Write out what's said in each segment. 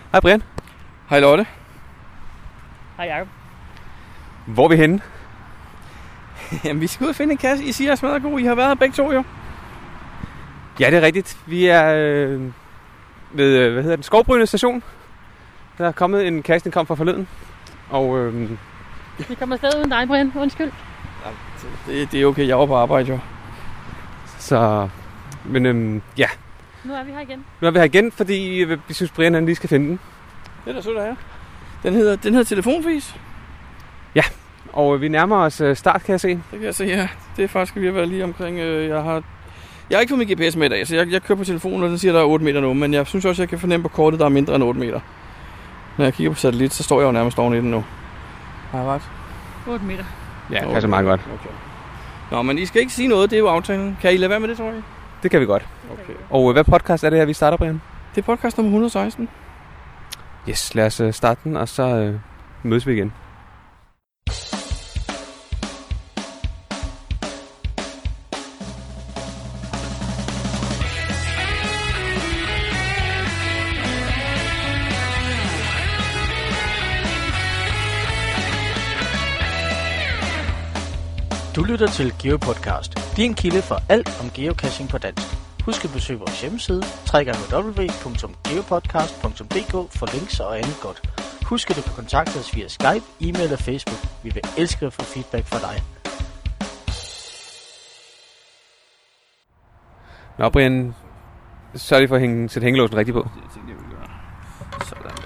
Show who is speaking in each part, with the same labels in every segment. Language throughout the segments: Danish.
Speaker 1: Hej Brian.
Speaker 2: Hej Lotte.
Speaker 3: Hej Jacob.
Speaker 1: Hvor er vi henne?
Speaker 2: Jamen, vi skal ud og finde en kasse. I siger, at smadrer god. I har været her begge to, jo.
Speaker 1: Ja, det er rigtigt. Vi er ved, Skovbryne station. Der er kommet en kasse, den kom fra forleden. Og
Speaker 3: Vi kommer afsted uden dig, Brian. Undskyld.
Speaker 2: Det er okay. Jeg var på arbejde, jo.
Speaker 1: så... Men ja,
Speaker 3: Nu er vi her igen.
Speaker 1: nu er vi her igen, fordi vi synes, Brian han lige skal finde den.
Speaker 2: Det er da så, der er. Den hedder telefonfis.
Speaker 1: Og vi nærmer os start, kan jeg se.
Speaker 2: Det kan jeg se, ja. Det er faktisk, vi har været lige omkring. Jeg har ikke fået min GPS med i dag, så jeg kører på telefonen, og den siger, der er 8 meter nu. Men jeg synes også, jeg kan fornemme på kortet, der er mindre end 8 meter. Når jeg kigger på satellit, så står jeg jo nærmest oven i den nu. Har jeg ret?
Speaker 3: 8 meter.
Speaker 1: Ja, det passer meget godt.
Speaker 2: Okay. Nå, men I skal ikke sige noget, det er jo aftalen. Kan I lade være med det, tror jeg?
Speaker 1: Det kan vi godt.
Speaker 2: Okay.
Speaker 1: Og hvad podcast er det her, vi starter, Brian?
Speaker 2: Det er podcast nummer 116.
Speaker 1: Yes, lad os starte den, og så mødes vi igen.
Speaker 4: Du lytter til GeoPodcast, din kilde for alt om geocaching på dansk. Husk at besøge vores hjemmeside, www.geopodcast.dk for links og andet godt. Husk at du kan kontakte os via Skype, e-mail og Facebook. Vi vil elske at få feedback fra dig.
Speaker 1: Nå, Brian, sørg lige for at sætte hængelåsen rigtigt på.
Speaker 2: Det tænkte jeg, vi gøre. Sådan der.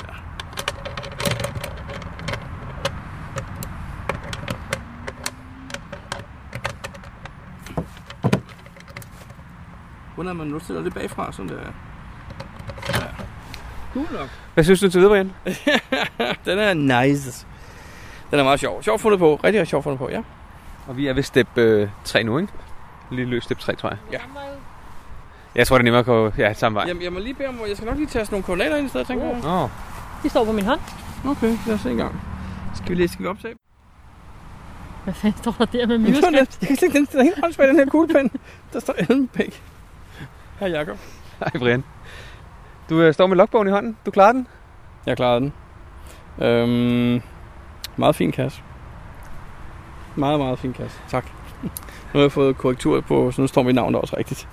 Speaker 2: Hvordan man nu stiller det bagfra, sådan der. Ja. Cool nok.
Speaker 1: Hvad synes du til det, Brian?
Speaker 2: Den er nice. Den er meget sjov. Sjov fundet på. Rigtig sjov fundet på, ja.
Speaker 1: Og vi er ved step 3 nu, ikke? Lige løs step 3, tror jeg.
Speaker 2: Ja.
Speaker 1: Jeg tror, det er nemmere at gå samme vej.
Speaker 2: Jamen, jeg må lige bede om, jeg skal nok lige tage sådan nogle koordinater ind i stedet, tænker jeg.
Speaker 1: Nå.
Speaker 3: De står på min hånd.
Speaker 2: Okay, lad os se en gang. Skal vi optage?
Speaker 3: Hvad fanden står der der med
Speaker 2: Jeg
Speaker 3: myreskrift?
Speaker 2: kan se, den er helt håndsvagt, den her kuglepen. Der står Ellenbæk. Hej Jacob.
Speaker 1: Hej, Brian. Du står med logbogen i hånden. Du klarer den?
Speaker 2: Jeg klarede den. Meget fin kasse. Meget, meget fin kasse. Tak. Nu har jeg fået korrektur på, så nu står mit navn der også rigtigt.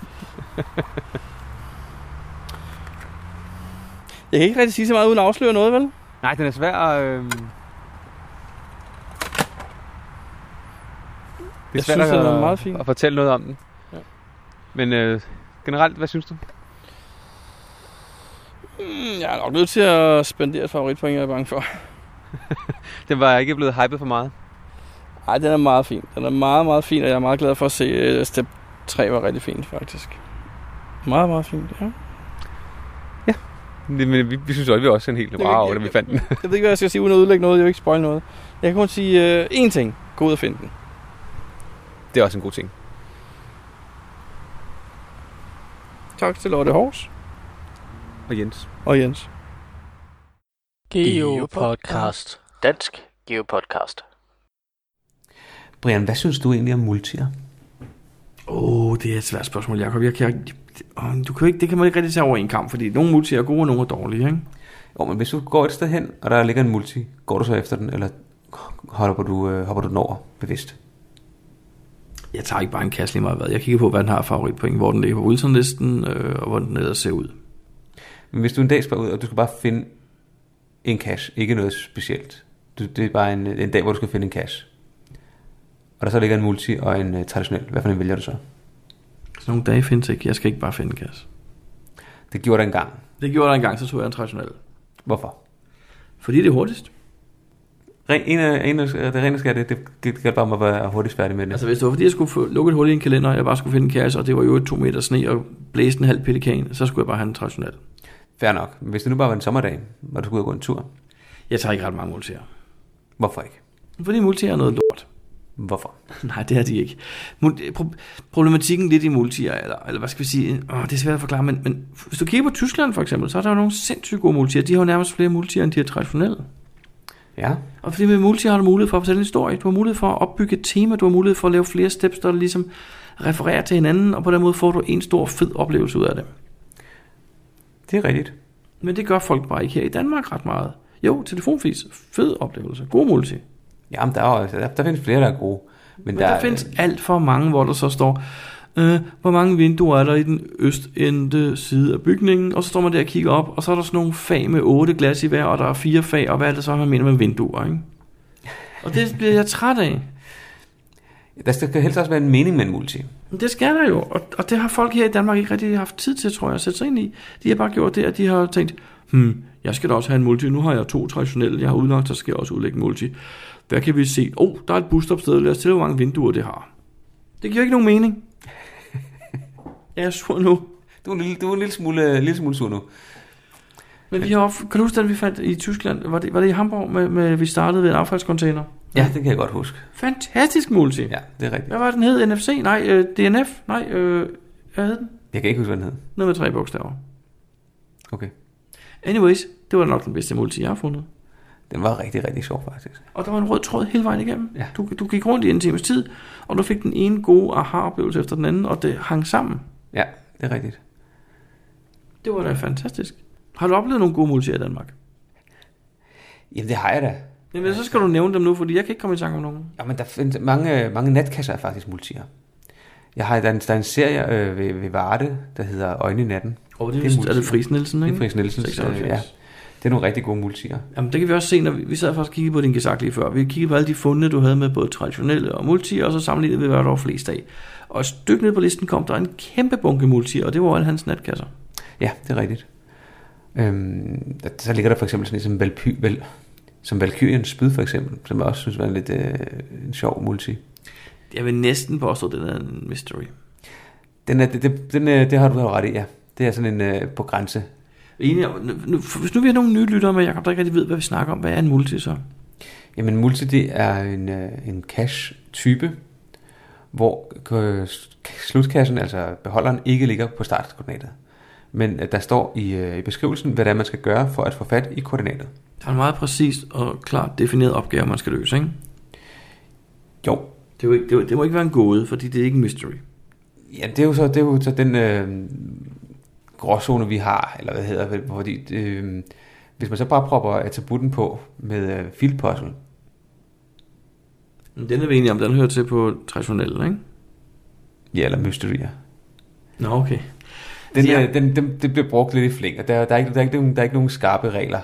Speaker 2: Jeg kan ikke rigtig sige så meget uden at afsløre noget, vel?
Speaker 1: Nej, den er svær at...
Speaker 2: Jeg
Speaker 1: Det er
Speaker 2: synes, den er meget fin.
Speaker 1: at fortælle noget om den.
Speaker 2: Ja.
Speaker 1: Men generelt, hvad synes du?
Speaker 2: Jeg er nok nødt til at spendere et favoritpoint, jeg er bange for.
Speaker 1: Den var ikke blevet hypet for meget.
Speaker 2: Nej, den er meget fin. Den er meget, meget fin, og jeg er meget glad for at se, step 3 var rigtig fint, faktisk. Meget, meget fint, ja.
Speaker 1: Men vi synes også, vi også en helt wow, da vi fandt den.
Speaker 2: Jeg ved ikke, hvad jeg skal sige uden at udlægge noget. Jeg vil ikke spoil noget. Jeg kan kun sige én ting. Gå ud og finde den.
Speaker 1: Det er også en god ting.
Speaker 2: Tak til Lotte Hors
Speaker 1: Og Jens.
Speaker 2: og Jens.
Speaker 4: GeoPodcast. Dansk GeoPodcast.
Speaker 1: Brian, hvad synes du egentlig om multier?
Speaker 2: Det er et svært spørgsmål, Jacob. Det kan man ikke rigtig tage over en kamp, fordi nogle multier er gode, og nogle er dårlige, ikke?
Speaker 1: Jo, men hvis du går et sted hen, og der ligger en multi, går du så efter den, eller hopper du den over bevidst?
Speaker 2: Jeg tager ikke bare en kasse lige meget hvad. Jeg kigger på, hvad den har favoritpoint, hvor den ligger på Wilson-listen, og hvor den ellers ser ud.
Speaker 1: Men hvis du en dag skal ud, og du skal bare finde en cache, ikke noget specielt. Det er bare en dag, hvor du skal finde en cache. Og der så ligger en multi og en traditionel. Hvad for en vælger du så?
Speaker 2: Så nogle dage findes ikke. Jeg skal ikke bare finde en kasse.
Speaker 1: Det gjorde der engang.
Speaker 2: Det gjorde der engang, så tog jeg en traditionel.
Speaker 1: Hvorfor?
Speaker 2: Fordi det er hurtigst.
Speaker 1: Det rene skal det gælder bare om at være hurtigt færdig med det.
Speaker 2: Altså hvis det var fordi, jeg skulle lukke et hul i en kalender, og jeg bare skulle finde en kasse, og det var jo 2 meter sne og blæste en halv pelikan, så skulle jeg bare have en traditionel.
Speaker 1: Fair nok. Men hvis det nu bare var en sommerdag, hvor du skulle ud og gå en tur.
Speaker 2: Jeg tager ikke ret mange multier.
Speaker 1: Hvorfor ikke?
Speaker 2: Fordi multier er noget lort.
Speaker 1: Hvorfor?
Speaker 2: Nej, det er de ikke. Problematikken lidt i multier, eller hvad skal vi sige, det er svært at forklare, men hvis du kigger på Tyskland for eksempel, så er der jo nogle sindssygt gode multier. De har jo nærmest flere multier, end de er traditionelle.
Speaker 1: Ja.
Speaker 2: Og fordi med multier har du mulighed for at fortælle en historie, du har mulighed for at opbygge et tema, du har mulighed for at lave flere steps, der ligesom refererer til hinanden, og på den måde får du en stor fed oplevelse ud af det.
Speaker 1: Det er rigtigt.
Speaker 2: Men det gør folk bare ikke her i Danmark ret meget. Jo, telefonfis, fed oplevelse, god multi.
Speaker 1: Jamen, der findes flere, der er gode. Men
Speaker 2: der findes alt for mange, hvor der så står, hvor mange vinduer er der i den østende side af bygningen, og så står man der og kigger op, og så er der sådan nogle fag med 8 glas i hver, og der er 4 fag, og hvad er det så, man mener med vinduer, ikke? Og det bliver jeg træt af.
Speaker 1: Der skal helst også være en mening med en multi.
Speaker 2: Det skal der jo, og det har folk her i Danmark ikke rigtig haft tid til, tror jeg, at sætte sig ind i. De har bare gjort det, at de har tænkt, jeg skal da også have en multi, nu har jeg 2 traditionelle, jeg har udlagt, så skal jeg også udlægge en multi. Hvad kan vi se? Der er et busstopsted, lad os til, hvor mange vinduer det har. Det giver ikke nogen mening. Jeg er sur nu.
Speaker 1: Du er en lille smule sur nu.
Speaker 2: Men vi har kan du huske, at vi fandt i Tyskland, var det i Hamburg, med vi startede ved en affaldscontainer?
Speaker 1: Ja, det kan jeg godt huske.
Speaker 2: Fantastisk multi.
Speaker 1: Ja, det er rigtigt.
Speaker 2: Hvad var den hed? NFC? Nej, DNF? Nej, hvad hed den?
Speaker 1: Jeg kan ikke huske, hvad den hed.
Speaker 2: Noget med 3 bogstaver.
Speaker 1: Okay.
Speaker 2: Anyways, det var nok den bedste multi, jeg har fundet.
Speaker 1: Den var rigtig, rigtig sjov faktisk.
Speaker 2: Og der var en rød tråd hele vejen igennem.
Speaker 1: Ja.
Speaker 2: Du gik rundt i en times tid, og du fik den ene gode aha-oplevelse efter den anden, og det hang sammen.
Speaker 1: Ja, det er rigtigt.
Speaker 2: Det var da fantastisk. Har du oplevet nogle gode multier i Danmark?
Speaker 1: Jamen, det har jeg da.
Speaker 2: Jamen, så skal du nævne dem nu, fordi jeg kan ikke komme i tanke om nogen.
Speaker 1: Jamen, der findes mange natkasser er faktisk multier. Der er en serie ved Varde, der hedder Øjne i natten.
Speaker 2: Det er det Friis Nielsen, ikke?
Speaker 1: Det er Friis Nielsens, ja. Det er nogle rigtig gode multier.
Speaker 2: Jamen, det kan vi også se, når vi sad faktisk og kiggede på din gesagt lige før. Vi kiggede på alle de funde, du havde med både traditionelle og multier, og så sammenlignede vi, hvad der var flest af. Og et stykke ned på listen kom der en kæmpe bunke multier, og det var alle hans natkasser.
Speaker 1: Ja, det er rigtigt. Så ligger der for eksempel sådan som Valkyriens spyd for eksempel, som jeg også synes var lidt en sjov multi.
Speaker 2: Jeg vil næsten påstå, at den er en mystery.
Speaker 1: Det har du ret i, ja. Det er sådan en på grænse.
Speaker 2: Hvis nu vi har nogle nye lyttere med, Jacob, der ikke rigtig ved, hvad vi snakker om, hvad er en multi så?
Speaker 1: Jamen en multi, det er en cache-type, hvor slutkassen, altså beholderen, ikke ligger på startkoordinatet. Men der står i beskrivelsen, hvad det er, man skal gøre for at få fat i koordinatet.
Speaker 2: Der er en meget præcist og klart defineret opgave, man skal løse, ikke?
Speaker 1: Jo.
Speaker 2: Det må ikke være en gåde, fordi det er ikke en mystery.
Speaker 1: Ja, det er jo så den gråzone, vi har, eller hvad hedder det, fordi hvis man så bare propper attributten på med field puzzle.
Speaker 2: Den er vi enige om, den hører til på traditionelle, ikke?
Speaker 1: Ja, eller mystery, ja.
Speaker 2: Nå, okay.
Speaker 1: Det bliver brugt lidt i flæng, og der er ikke nogen skarpe regler.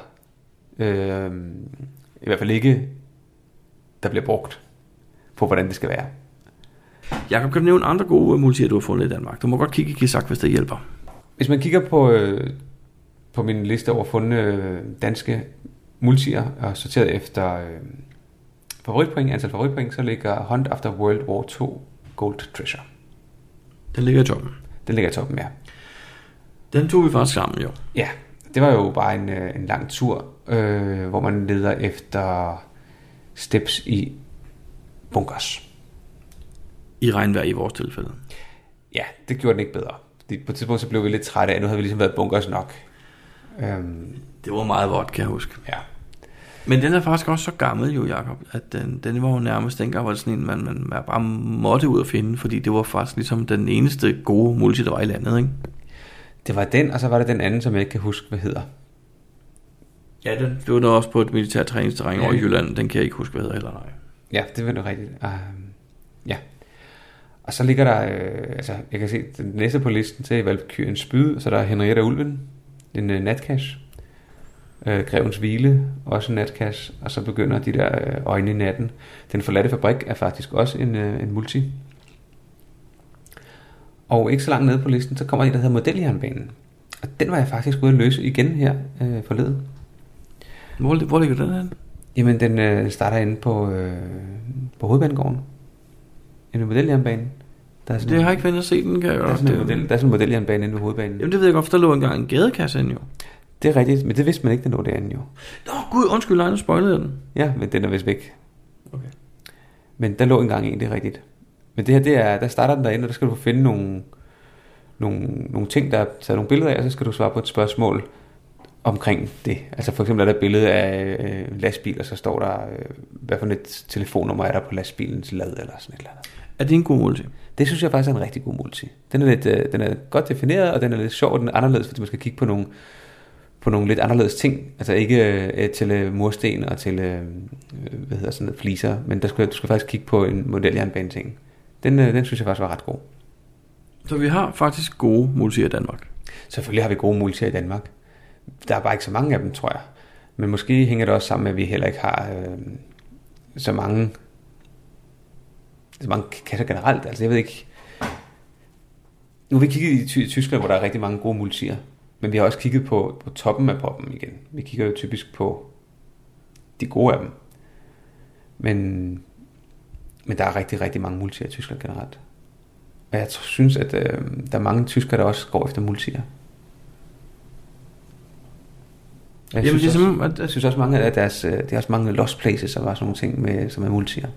Speaker 1: I hvert fald ikke, der bliver brugt på, hvordan det skal være.
Speaker 2: Jakob, kan du nævne andre gode multier, du har fundet i Danmark? Du må godt kigge i Gisak, hvis det hjælper.
Speaker 1: Hvis man kigger på min liste over fundne danske multier og sorteret efter antal favoritpoint, så ligger Hunt After World War 2 Gold Treasure.
Speaker 2: Den ligger i toppen.
Speaker 1: Den ligger i toppen, ja.
Speaker 2: Den tog vi faktisk sammen, jo.
Speaker 1: Ja, det var jo bare en lang tur, hvor man leder efter steps i bunkers.
Speaker 2: I regnvejr i vores tilfælde.
Speaker 1: Ja, det gjorde den ikke bedre. På et tidspunkt så blev vi lidt trætte af, nu havde vi ligesom været bunkers nok.
Speaker 2: Det var meget vådt, kan jeg huske.
Speaker 1: Ja.
Speaker 2: Men den er faktisk også så gammel jo, Jacob, at den var jo nærmest dengang var det sådan en, man bare måtte ud at finde, fordi det var faktisk ligesom den eneste gode multi, der var i landet, ikke? Det
Speaker 1: var den, og så var der den anden, som jeg ikke kan huske, hvad hedder.
Speaker 2: Ja, det var der også på et militært træningsterræn over i Jylland, den kan jeg ikke huske, hvad hedder heller, nej.
Speaker 1: Ja, det var det rigtigt. Ja. Og så ligger der, jeg kan se, den næste på listen til Valkyriens spyd, så der er Henrietta Ulven, en natcache. Grevens Hvile, også en natcache, og så begynder de der Øjne i natten. Den forladte fabrik er faktisk også en multi. Og ikke så langt nede på listen, så kommer en, der hedder Modeljernbanen. Og den var jeg faktisk ude at løse igen her forleden.
Speaker 2: Hvor ligger den her?
Speaker 1: Jamen, den starter inde på Hovedbanegården. En modeljernbane.
Speaker 2: Det har jeg ikke været at se den, kan jeg
Speaker 1: der er sådan en modeljernbane inde ved Hovedbanen.
Speaker 2: Jamen det ved jeg godt, for der lå engang en gadekasse inde jo.
Speaker 1: Det er rigtigt, men det vidste man ikke, den lå derinde jo.
Speaker 2: Nå gud, undskyld, nu spoilede jeg den.
Speaker 1: Ja, men den er vist væk.
Speaker 2: Okay.
Speaker 1: Men der lå engang en, det er rigtigt. Men det her, der starter den derinde, og der skal du finde nogle ting, der er taget nogle billeder af, og så skal du svare på et spørgsmål omkring det. Altså for eksempel er der et billede af lastbil, og så står der, hvad for et telefonnummer er der på lastbilens lad, eller sådan et eller andet.
Speaker 2: Er det en god multi?
Speaker 1: Det synes jeg faktisk er en rigtig god multi. Den er godt defineret, og den er lidt sjov, og den er anderledes, fordi man skal kigge på på nogle lidt anderledes ting. Altså ikke til mursten og til fliser, men du skal faktisk kigge på en modeljernbaneting. Den synes jeg faktisk var ret god.
Speaker 2: Så vi har faktisk gode multier i Danmark.
Speaker 1: Selvfølgelig har vi gode multier i Danmark. Der er bare ikke så mange af dem, tror jeg. Men måske hænger det også sammen med, at vi heller ikke har så mange kasser generelt. Altså jeg ved ikke. Nu har vi kigget i Tyskland, hvor der er rigtig mange gode multier. Men vi har også kigget på toppen af poppen igen. Vi kigger jo typisk på de gode af dem. Men der er rigtig, rigtig mange multier i Tyskland generelt. Og jeg synes, at der er mange tyskere, der også går efter multier. Jeg synes også mange af deres, det er også mange lost places, og bare sådan nogle ting, som er multier.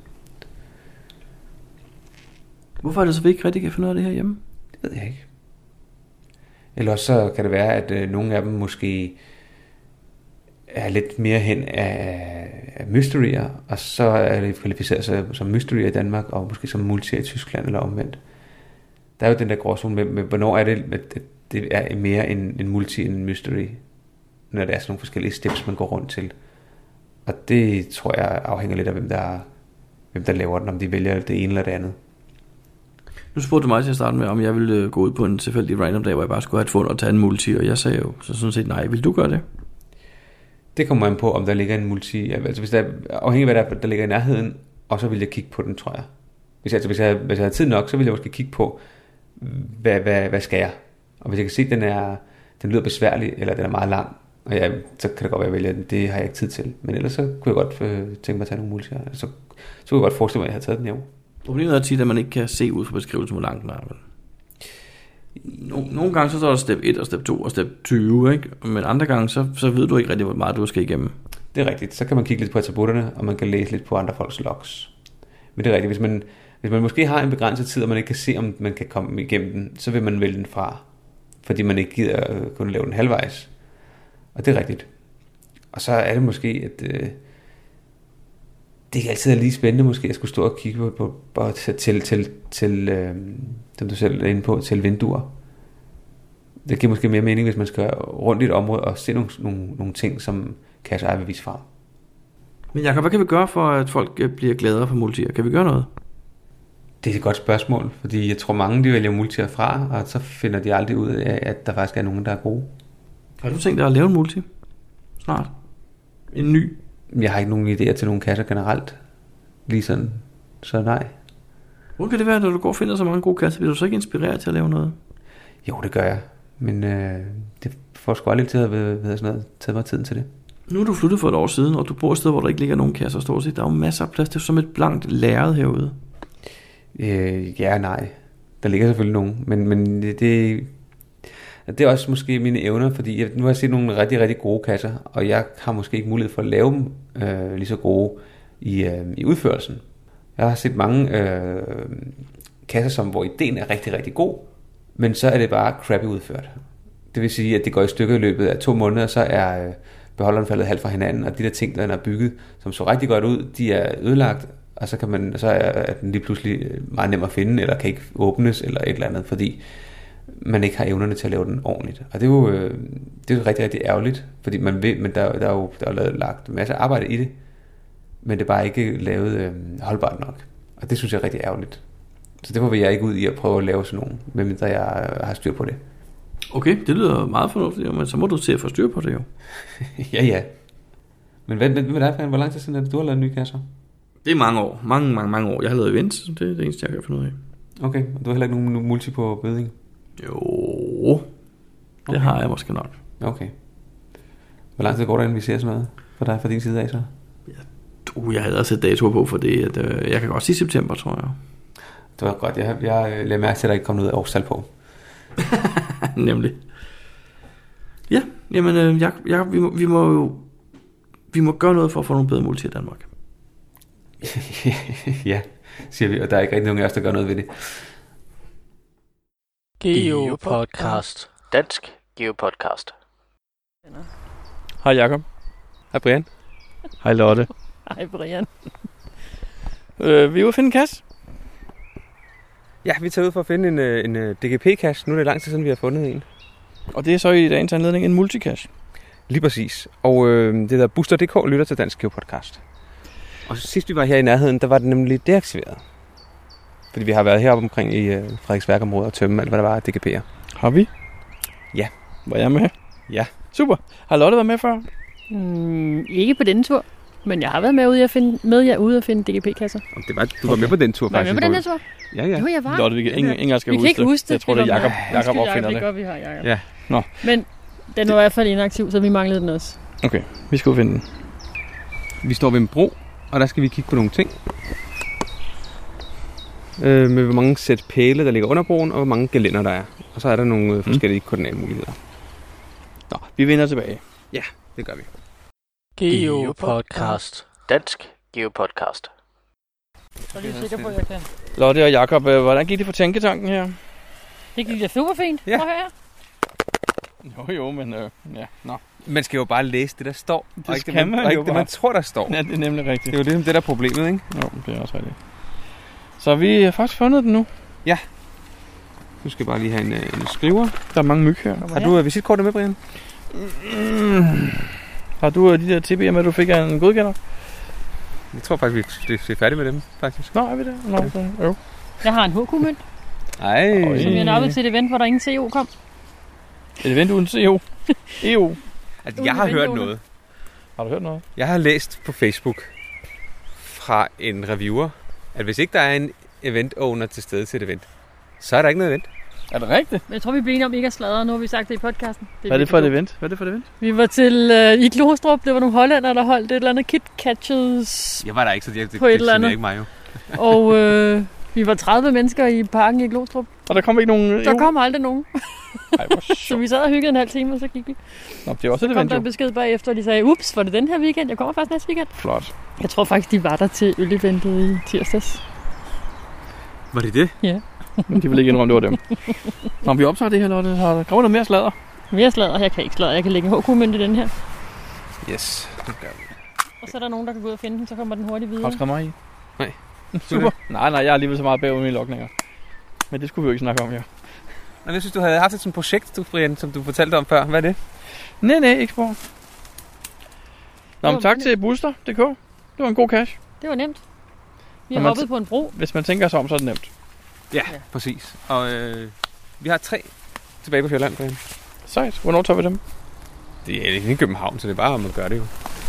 Speaker 2: Hvorfor er det så, vi ikke rigtig kan finde ud af det her hjemme?
Speaker 1: Det ved jeg ikke. Eller også så kan det være, at nogle af dem måske er lidt mere hen af mysterier, og så er det kvalificeret sig som mysterier i Danmark, og måske som multier i Tyskland, eller omvendt. Der er jo den der gråzone med hvornår er det, at det er mere en multi end en mystery, når der er sådan nogle forskellige steps, man går rundt til. Og det tror jeg afhænger lidt af, hvem der laver den, om de vælger det ene eller det andet.
Speaker 2: Nu spurgte du mig til at starte med, om jeg ville gå ud på en tilfældig random dag, hvor jeg bare skulle have et fund og tage en multi, og jeg sagde jo så sådan set nej. Vil du gøre det?
Speaker 1: Det kommer an på, om der ligger en multi. Altså hvis der afhængig af, hvad der ligger i nærheden, og så vil jeg kigge på den, tror jeg. Hvis jeg har tid nok, så vil jeg måske kigge på, hvad skal jeg? Og hvis jeg kan se, at den lyder besværlig, eller den er meget lang, og så kan det godt være, at jeg vælger den. Det har jeg ikke tid til. Men ellers så kunne jeg godt tænke mig at tage nogle multier. Så kunne jeg godt forestille mig, at jeg har taget den jo.
Speaker 2: Problemet er tit, at man ikke kan se ud fra beskrivelsen, hvor langt den er. Nogle gange så står der step 1 og step 2 og step 20, ikke? Men andre gange, så ved du ikke rigtig, hvor meget du skal igennem.
Speaker 1: Det er rigtigt. Så kan man kigge lidt på attributterne, og man kan læse lidt på andre folks logs. Men det er rigtigt. Hvis man måske har en begrænset tid, og man ikke kan se, om man kan komme igennem den, så vil man vælge den fra. Fordi man ikke gider kunne lave den halvvejs. Og det er rigtigt. Og så er det måske, at det ikke altid er lige spændende måske at skulle stå og kigge på til dem du selv er inde på, til vinduer. Det giver måske mere mening, hvis man skal rundt i et område og se nogle ting, som kasser vil vise frem.
Speaker 2: Men Jacob, hvad kan vi gøre for, at folk bliver gladere for multier? Kan vi gøre noget?
Speaker 1: Det er et godt spørgsmål, fordi jeg tror mange, de vælger multier fra, og så finder de aldrig ud af, at der faktisk er nogen, der er gode.
Speaker 2: Har du tænkt dig at lave en multi? Snart? En ny?
Speaker 1: Jeg har ikke nogen idéer til nogle kasser generelt. Lige sådan. Så nej.
Speaker 2: Hvordan kan det være, når du går og finder så mange gode kasser? Vil du så ikke inspirere til at lave noget?
Speaker 1: Jo, det gør jeg. Men det får sgu aldrig til at tage mig tiden til det.
Speaker 2: Nu er du flyttet for et år siden, og du bor et sted, hvor der ikke ligger nogen kasser stort set. Der er jo masser af plads. Det er som et blankt lærred herude.
Speaker 1: Ja, nej. Der ligger selvfølgelig nogen. Men det er også måske mine evner, fordi nu har jeg set nogle rigtig, rigtig gode kasser, og jeg har måske ikke mulighed for at lave dem lige så gode i udførelsen. Jeg har set mange kasser, hvor ideen er rigtig, rigtig god, men så er det bare crappy udført. Det vil sige, at det går i stykker i løbet af 2 måneder, så er beholderen faldet halvt fra hinanden, og de der ting, der er bygget, som så rigtig godt ud, de er ødelagt, og så er den lige pludselig meget nem at finde, eller kan ikke åbnes, eller et eller andet, fordi man ikke har evnerne til at lave den ordentligt. Og det er jo rigtig, rigtig ærgerligt, fordi man ved, men der er jo lagt en masse arbejde i det, men det er bare ikke lavet holdbart nok. Og det synes jeg er rigtig ærgerligt. Så det vil jeg ikke ud i at prøve at lave sådan nogle, medmindre jeg har styr på det.
Speaker 2: Okay, det lyder meget fornuftigt, men så må du se at få styr på det jo.
Speaker 1: Ja. Men hvad med dig, hvor lang tid siden er det, du har lavet nye kasser?
Speaker 2: Det er mange år. Mange år. Jeg har lavet events, det er det eneste, jeg kan finde ud af.
Speaker 1: Okay, og du har heller ikke nogen multi på Bødding?
Speaker 2: Jo, det har jeg måske nok.
Speaker 1: Okay. Hvor lang tid går der, inden vi ser sådan noget for dig fra din side af så?
Speaker 2: Jeg havde også et dato på for det, at jeg kan godt sige september, tror jeg.
Speaker 1: Det var godt, jeg lader mærke til, at der ikke kom noget årstal på.
Speaker 2: Nemlig. Ja, jamen, vi må gøre noget for at få nogle bedre multi i Danmark.
Speaker 1: Ja, siger vi, og der er ikke rigtig nogen af os, der gør noget ved det.
Speaker 4: Geopodcast. Dansk Geopodcast.
Speaker 2: Hej Jacob.
Speaker 1: Hej Brian.
Speaker 2: Hej Lotte.
Speaker 3: Hej Brian.
Speaker 2: Vi er ude at finde en kasse.
Speaker 1: Ja, vi tager ud for at finde en DGP-kasse. Nu er det lang tid siden, vi har fundet en.
Speaker 2: Og det er så i dagens anledning en multicache.
Speaker 1: Lige præcis. Og det hedder Booster.dk lytter til Dansk Geopodcast. Og sidst vi var her i nærheden, der var det nemlig deaktiveret. Fordi vi har været heroppe omkring i Frederiksværk-området og tømme alt, hvad der var af DGP'er.
Speaker 2: Har vi?
Speaker 1: Ja.
Speaker 2: Var jeg med?
Speaker 1: Ja.
Speaker 2: Super. Har Lotte været med før?
Speaker 3: Ikke på denne tur, men jeg har været med ude at finde DGP-kasser.
Speaker 1: Du var med på den tur,
Speaker 3: Var jeg
Speaker 1: faktisk.
Speaker 3: med på den her tur?
Speaker 1: Ja.
Speaker 3: Jo, jeg var.
Speaker 2: Lotte, ingen skal
Speaker 3: vi
Speaker 2: huske
Speaker 3: kan ikke huske det.
Speaker 2: Jeg tror, det er Jakob opfinder
Speaker 3: det.
Speaker 2: det.
Speaker 3: Godt, vi har Jakob.
Speaker 1: Ja.
Speaker 2: Nå.
Speaker 3: Men den var i hvert fald inaktiv, så vi manglede den også.
Speaker 2: Okay, vi skal finde den.
Speaker 1: Vi står ved en bro, og der skal vi kigge på nogle ting. Med hvor mange sæt pæle, der ligger under broen, og hvor mange gelænder der er. Og så er der nogle forskellige koordinatmuligheder.
Speaker 2: Nå, vi vender tilbage.
Speaker 1: Ja, det gør vi.
Speaker 4: Geopodcast. Dansk Geopodcast.
Speaker 3: Så er vi sikre på, at jeg kan.
Speaker 2: Lotte og Jakob, hvordan gik det for tænketanken her?
Speaker 3: Det gik da super fint.
Speaker 1: Ja.
Speaker 3: Prøv at høre.
Speaker 2: Jo, men ja, nå.
Speaker 1: Man skal jo bare læse det, der står.
Speaker 2: Det
Speaker 1: og ikke
Speaker 2: skal man jo
Speaker 1: ikke det,
Speaker 2: bare.
Speaker 1: man tror, der står.
Speaker 2: Ja, det er nemlig rigtigt.
Speaker 1: Det er jo ligesom det, der er problemet, ikke?
Speaker 2: Jo, det er også rigtigt. Så vi har faktisk fundet den nu.
Speaker 1: Du skal bare lige have en skriver.
Speaker 2: Der er mange myg her.
Speaker 1: Har du visitkortet med, Brian?
Speaker 2: Har du de der TB'er med, du fik af en godkender?
Speaker 1: Jeg tror faktisk, vi er færdige med dem, faktisk.
Speaker 2: Nå, er vi det? Nå, så, jo.
Speaker 3: Jeg har en HQ-mønt,
Speaker 1: Ej.
Speaker 3: som jeg nappede til et event, hvor der ingen CO kom.
Speaker 2: Et event uden CO. EU.
Speaker 1: Altså, jeg har hørt noget.
Speaker 2: Har du hørt noget?
Speaker 1: Jeg har læst på Facebook fra en reviewer, at hvis ikke der er en event owner til stede til et event, så er der ikke noget event.
Speaker 2: Er det rigtigt?
Speaker 3: Men jeg tror, vi blev enige om ikke at sladre. Nu har vi sagt det i podcasten.
Speaker 2: Hvad er det for et event?
Speaker 3: Vi var til i Glostrup. Det var nogle hollændere, der holdt et eller andet Kit Catches.
Speaker 1: Jeg var der ikke, så det
Speaker 3: På et eller
Speaker 1: generer
Speaker 3: andet.
Speaker 1: ikke mig jo.
Speaker 3: Og vi var 30 mennesker i parken i Glostrup.
Speaker 2: Og der kom ikke nogen...
Speaker 3: Der kom aldrig nogen.
Speaker 2: Ej, hvor
Speaker 3: Så
Speaker 2: sjovt.
Speaker 3: vi sad og hyggede en halv time, og så gik vi.
Speaker 2: Nå, det er også et
Speaker 3: Så kom
Speaker 2: event,
Speaker 3: der
Speaker 2: jo.
Speaker 3: en besked bagefter, og de sagde, ups, var det den her weekend? Jeg kommer først næste weekend.
Speaker 2: Flot.
Speaker 3: Jeg tror faktisk, de var der til øleventet i tirsdags.
Speaker 1: Var det det?
Speaker 3: Ja.
Speaker 2: Men de vil ikke indrømme, det var dem. Når vi optager det her, Lotte, har der kommet noget mere sladder?
Speaker 3: Mere sladder. Jeg kan ikke sladre. Jeg kan lægge en HQ-mønt i den her.
Speaker 1: Yes, det gør vi.
Speaker 3: Og så er der nogen, der kan gå ud og finde den, så kommer den hurtigt videre.
Speaker 2: Har du skrevet mig i?
Speaker 1: Nej.
Speaker 2: Super. Nej, jeg er alligevel så meget bagud med mine logninger. Men det skulle vi jo ikke snakke om her.
Speaker 1: Men jeg synes, du havde haft et sådan projekt, Brian, som du fortalte om før. Hvad er det?
Speaker 2: Nej, ikke spor. Nå, men tak til Booster.dk. Det var en god cash.
Speaker 3: Det var nemt. Vi
Speaker 2: Når
Speaker 3: har
Speaker 2: man
Speaker 3: hoppet på en bro.
Speaker 2: Hvis man tænker sig om, så er det nemt.
Speaker 1: Ja, præcis. Og vi har 3 tilbage på Fjolland, Brian.
Speaker 2: Sejt. Hvornår tager vi dem?
Speaker 1: Det er ikke i København, så det er bare, om man gør det jo.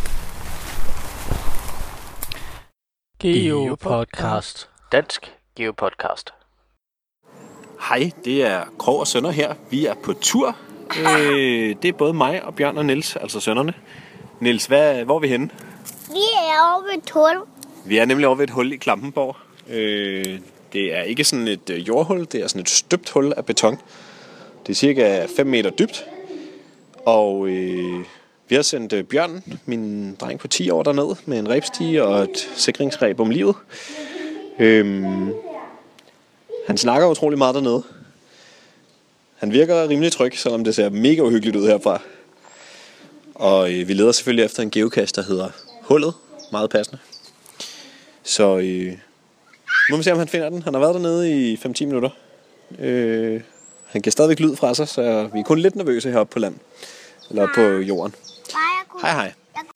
Speaker 4: Geopodcast. Dansk Geopodcast.
Speaker 5: Hej, det er Krog og Sønner her. Vi er på tur. Det er både mig og Bjørn og Niels, altså sønnerne. Niels, hvor er vi henne?
Speaker 6: Vi er over ved et hul.
Speaker 5: Vi er nemlig over ved et hul i Klampenborg. Det er ikke sådan et jordhul, det er sådan et støbt hul af beton. Det er cirka 5 meter dybt. Og vi har sendt Bjørn, min dreng på 10 år, derned med en rebstige og et sikringsreb om livet. Han snakker utrolig meget dernede. Han virker rimelig tryg, selvom det ser mega uhyggeligt ud herfra. Og vi leder selvfølgelig efter en geocache, der hedder Hullet. Meget passende. Så må vi se, om han finder den. Han har været dernede i 5-10 minutter. Han kan stadigvæk lyd fra sig, så vi er kun lidt nervøse heroppe på land. Eller på jorden. Hej.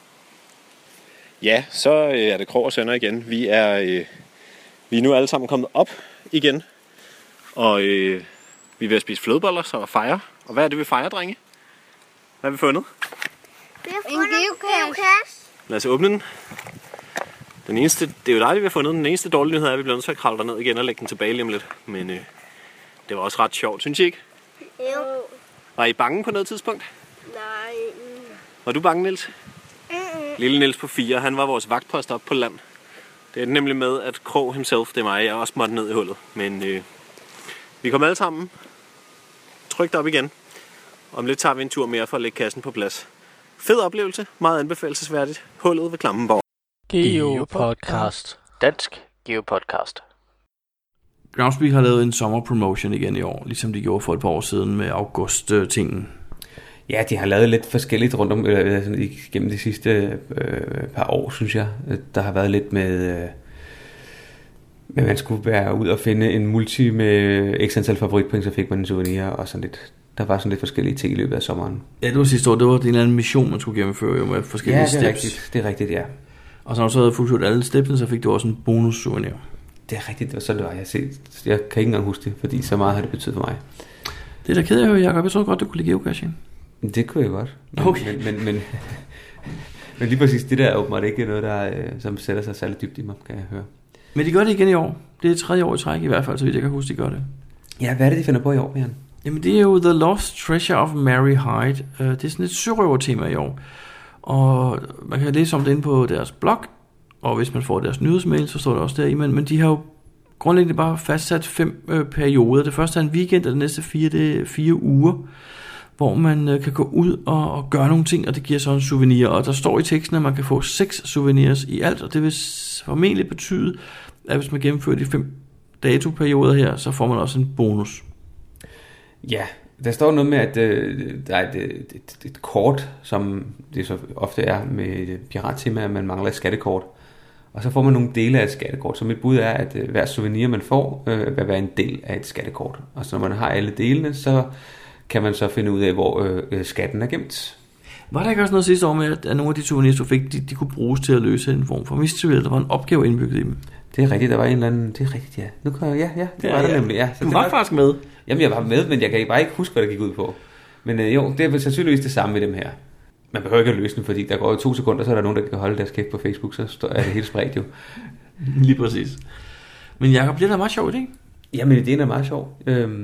Speaker 5: Ja, så er det Krog og Sønner igen. Vi er nu alle sammen kommet op igen. Og vi er ved at spise flødeboller, så fejre. Og hvad er det, vi fejrer, drenge? Hvad har vi fundet?
Speaker 6: Vi har fundet en geocache.
Speaker 5: Lad os åbne den. Den eneste, det er jo dejligt, vi har fundet den. Den eneste dårlige nyhed er, at vi bliver nødt til at kravle derned igen og lægge den tilbage lige om lidt. Men det var også ret sjovt, synes I ikke?
Speaker 6: Jo.
Speaker 5: Var I bange på noget tidspunkt?
Speaker 6: Nej.
Speaker 5: Var du bange, Niels? Lille Niels på 4, han var vores vagtpost op på land. Det er nemlig med, at Krog himself, det er mig, jeg også måtte ned i hullet. Men vi kommer alle sammen trygt op igen. Om lidt tager vi en tur mere for at lægge kassen på plads. Fed oplevelse, meget anbefalelsesværdigt. Hullet ved Klampenborg.
Speaker 4: Geopodcast. Dansk Geopodcast.
Speaker 2: Groundspeak har lavet en sommerpromotion igen i år, ligesom de gjorde for et par år siden med august-tingen.
Speaker 1: Ja, de har lavet lidt forskelligt rundt om gennem de sidste par år, synes jeg. Der har været lidt med man skulle være ud og finde en multi med x antal favoritpoint, så fik man en souvenir og sådan lidt Der var sådan lidt forskellige ting i løbet af sommeren.
Speaker 2: Ja, det var sidste år. Det var en eller anden mission, man skulle gennemføre jo med forskellige steps.
Speaker 1: Det er rigtigt, ja.
Speaker 2: Og så når du så havde fuldført alle stepsene, så fik du også en bonus-souvenir.
Speaker 1: Det er rigtigt, det var sådan, det var. Jeg kan ikke engang huske det, fordi så meget har det betydet for mig.
Speaker 2: Det er da ked af at høre, Jacob. Jeg tror godt, du kunne lide geocaching.
Speaker 1: Det kunne jeg godt.
Speaker 2: Okay.
Speaker 1: Men lige præcis det der er åbenbart ikke noget, der som sætter sig særlig dybt i mig, kan jeg høre.
Speaker 2: Men de gør det igen i år. Det er 3. år i træk i hvert fald, så vidt jeg kan huske, de gør det.
Speaker 1: Ja, hvad er det, de finder på i år, Jan?
Speaker 2: Jamen det er jo The Lost Treasure of Mary Hyde. Det er sådan et sørøver-tema i år. Og man kan læse om det inde på deres blog, og hvis man får deres nyhedsmail, så står det også deri. Men de har jo grundlæggende bare fastsat 5 perioder. Det første er en weekend, og det næste 4, det er 4 uger, hvor man kan gå ud og gøre nogle ting, og det giver så en souvenir. Og der står i teksten, at man kan få 6 souvenirs i alt, og det vil formentlig betyde, at hvis man gennemfører de 5 datoperioder her, så får man også en bonus.
Speaker 1: Ja, der står noget med, at der er et kort, som det så ofte er med pirattema, at man mangler et skattekort. Og så får man nogle dele af et skattekort. Så mit bud er, at hver souvenir, man får, vil være en del af et skattekort. Og så når man har alle delene, så kan man så finde ud af, hvor skatten er gemt.
Speaker 2: Var der ikke også noget sidste år med, at nogle af de souvenirs, du fik, de kunne bruges til at løse en form for mystery, der var en opgave indbygget i dem?
Speaker 1: Det er rigtigt, der var en eller anden... Det er rigtigt, ja. Nu kan jeg, ja, det var der nemlig, ja. Så
Speaker 2: du var faktisk med.
Speaker 1: Jamen, jeg var med, men jeg kan bare ikke huske, hvad der gik ud på. Men jo, det er sandsynligvis det samme med dem her. Man behøver ikke at løse den, fordi der går jo 2 sekunder, så er der nogen, der kan holde deres kæft på Facebook, så er det helt spredt jo.
Speaker 2: Lige præcis. Men Jacob, det er da meget sjovt, ikke?
Speaker 1: Jamen, det er meget sjovt.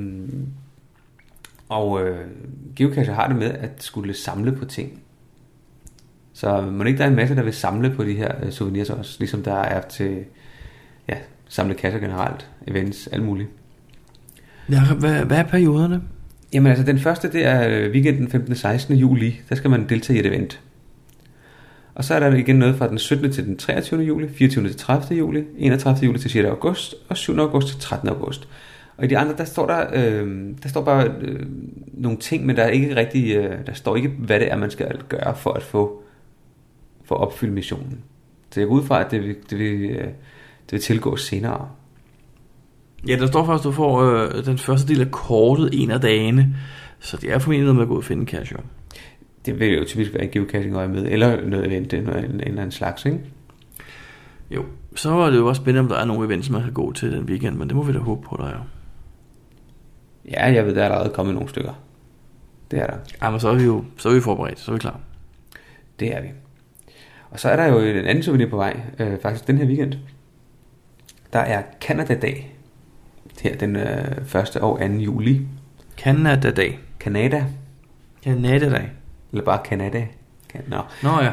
Speaker 1: Geocacher har det med at skulle samle på ting. Så må ikke der er en masse, der vil samle på de her souvenirs også, ligesom der er til samle kasser generelt, events, alt muligt.
Speaker 2: Jacob, hvad er perioderne?
Speaker 1: Jamen altså, den første, det er weekenden 15. 16. juli, der skal man deltage i et event. Og så er der igen noget fra den 17. til den 23. juli, 24. til 30. juli, 31. juli til 6. august, og 7. august til 13. august. Og i de andre, der står bare nogle ting, men der er ikke rigtig, der står ikke, hvad det er, man skal gøre for at få opfyldt missionen. Så jeg går ud fra, at det vil tilgå senere.
Speaker 2: Ja, der står faktisk, at du får den første del af kortet en af dagene, så det er formentlig noget med at gå og finde en cache.
Speaker 1: Det vil jo typisk være en geocaching-øje med, eller noget event, en eller anden slags, ikke?
Speaker 2: Jo, så er det jo også spændende, om der er nogle events, man kan gå til den weekend, men det må vi da håbe på, der er.
Speaker 1: Ja, jeg ved, der er allerede kommet nogle stykker. Det er der.
Speaker 2: Ja, men så er vi forberedt, så er vi klar.
Speaker 1: Det er vi. Og så er der jo en anden souvenir på vej, faktisk den her weekend. Der er Canada-dag. Her den 1. og 2. juli.
Speaker 2: Canada-dag.
Speaker 1: Canada-dag. Eller bare Canada.
Speaker 2: Nå ja.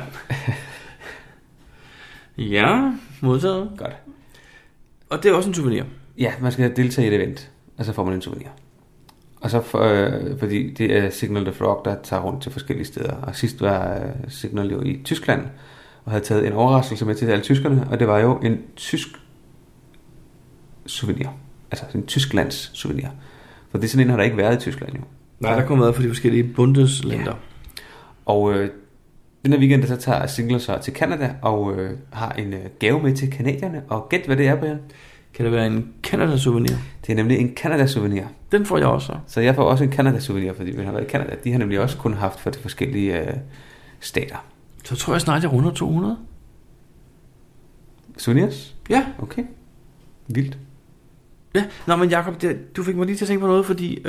Speaker 2: Ja, modtaget.
Speaker 1: Godt.
Speaker 2: Og det er også en souvenir.
Speaker 1: Ja, man skal deltage i et event, og så får man en souvenir. Og så fordi det er Signal the Frog, der tager rundt til forskellige steder. Og sidst var Signal jo i Tyskland, og havde taget en overraskelse med til alle tyskerne, og det var jo en tysk souvenir. Altså en Tysklands souvenir. For det er sådan en, har der ikke været i Tyskland jo.
Speaker 2: Nej, der kommer været for de forskellige bundeslænder. Ja.
Speaker 1: Og den her weekend, så tager Signal så til Canada, og har en gave med til kanadierne. Og gæt, hvad det er, Brian?
Speaker 2: Kan det være en Canada-souvenir?
Speaker 1: Det er nemlig en Canada-souvenir.
Speaker 2: Den får jeg også.
Speaker 1: Så jeg får også en Canada-souvenir, fordi vi har været i Canada. De har nemlig også kun haft for de forskellige stater.
Speaker 2: Så tror jeg snart, jeg runder 200.
Speaker 1: Souvenirs?
Speaker 2: Ja.
Speaker 1: Okay. Vildt.
Speaker 2: Ja, nå, men Jacob, du fik mig lige til at tænke på noget, fordi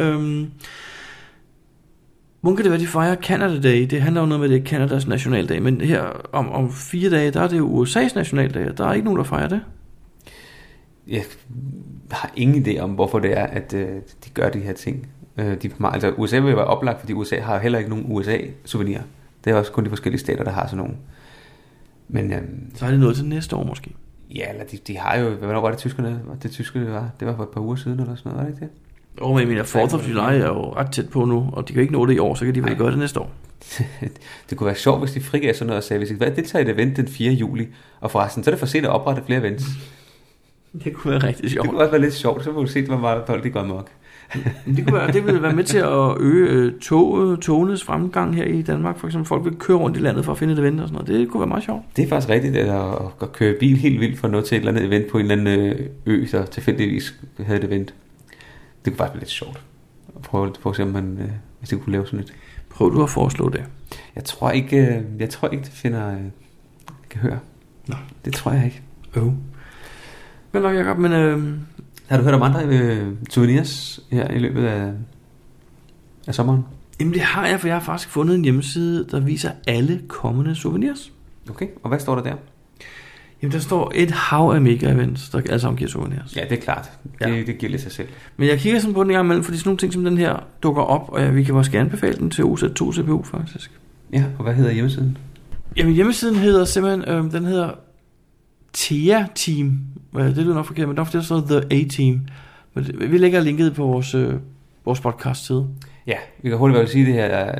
Speaker 2: hvordan kan det være, de fejrer Canada Day? Det handler jo noget med, det er Canadas nationaldag, men her om 4 dage, der er det jo USA's nationaldag, og der er ikke nogen, der fejrer det. Jeg
Speaker 1: har ingen idé om, hvorfor det er, at de gør de her ting. Altså USA vil være oplagt, fordi USA har heller ikke nogen USA-souvenir. Det er også kun de forskellige stater, der har sådan nogle. Men,
Speaker 2: så er det noget til næste år måske?
Speaker 1: Ja, eller de har jo, hvornår var det tyskerne? Det var for et par uger siden eller sådan noget, var det ikke det?
Speaker 2: Men jeg mener, 4th of July er jo ret tæt på nu, og de kan ikke nå det i år, så kan de vel gøre det næste år.
Speaker 1: Det kunne være sjovt, hvis de frigav sådan noget og sagde, hvis I vil deltage i et event den 4. juli, og forresten, så er det for sent at oprette flere events.
Speaker 2: Det kunne være rigtig sjovt.
Speaker 1: Det kunne også være lidt sjovt, så må du se, hvor meget folk de går amok.
Speaker 2: Det ville være med til at øge togenes fremgang her i Danmark. For eksempel folk vil køre rundt i landet for at finde et event og sådan noget. Det kunne være meget sjovt.
Speaker 1: Det er faktisk rigtigt, at køre bil helt vildt for at nå til et eller andet event på en eller anden ø, så tilfældigvis havde et event. Det kunne faktisk være lidt sjovt. Prøve at se, om man hvis de kunne lave sådan et.
Speaker 2: Prøv du at foreslå det.
Speaker 1: Jeg tror ikke, det finder gehør.
Speaker 2: Nå.
Speaker 1: Det tror jeg ikke.
Speaker 2: Men nok, Jacob, men...
Speaker 1: Har du hørt om andre souvenirs her i løbet af sommeren?
Speaker 2: Jamen det har jeg, for jeg har faktisk fundet en hjemmeside, der viser alle kommende souvenirs.
Speaker 1: Okay, og hvad står der der?
Speaker 2: Jamen der står et hav af mega-events, der alle sammen giver souvenirs.
Speaker 1: Ja, det er klart. Det giver lidt sig selv.
Speaker 2: Men jeg kigger sådan på den en gang imellem, fordi sådan nogle ting som den her dukker op, og vi kan måske anbefale den til OZ2 CPU faktisk.
Speaker 1: Ja, og hvad hedder hjemmesiden?
Speaker 2: Jamen hjemmesiden hedder simpelthen, den hedder TEA Team. Det lyder nok forkert, men der står The A-Team. Vi lægger linket på vores podcast side.
Speaker 1: Ja, vi kan hurtigt sige det her.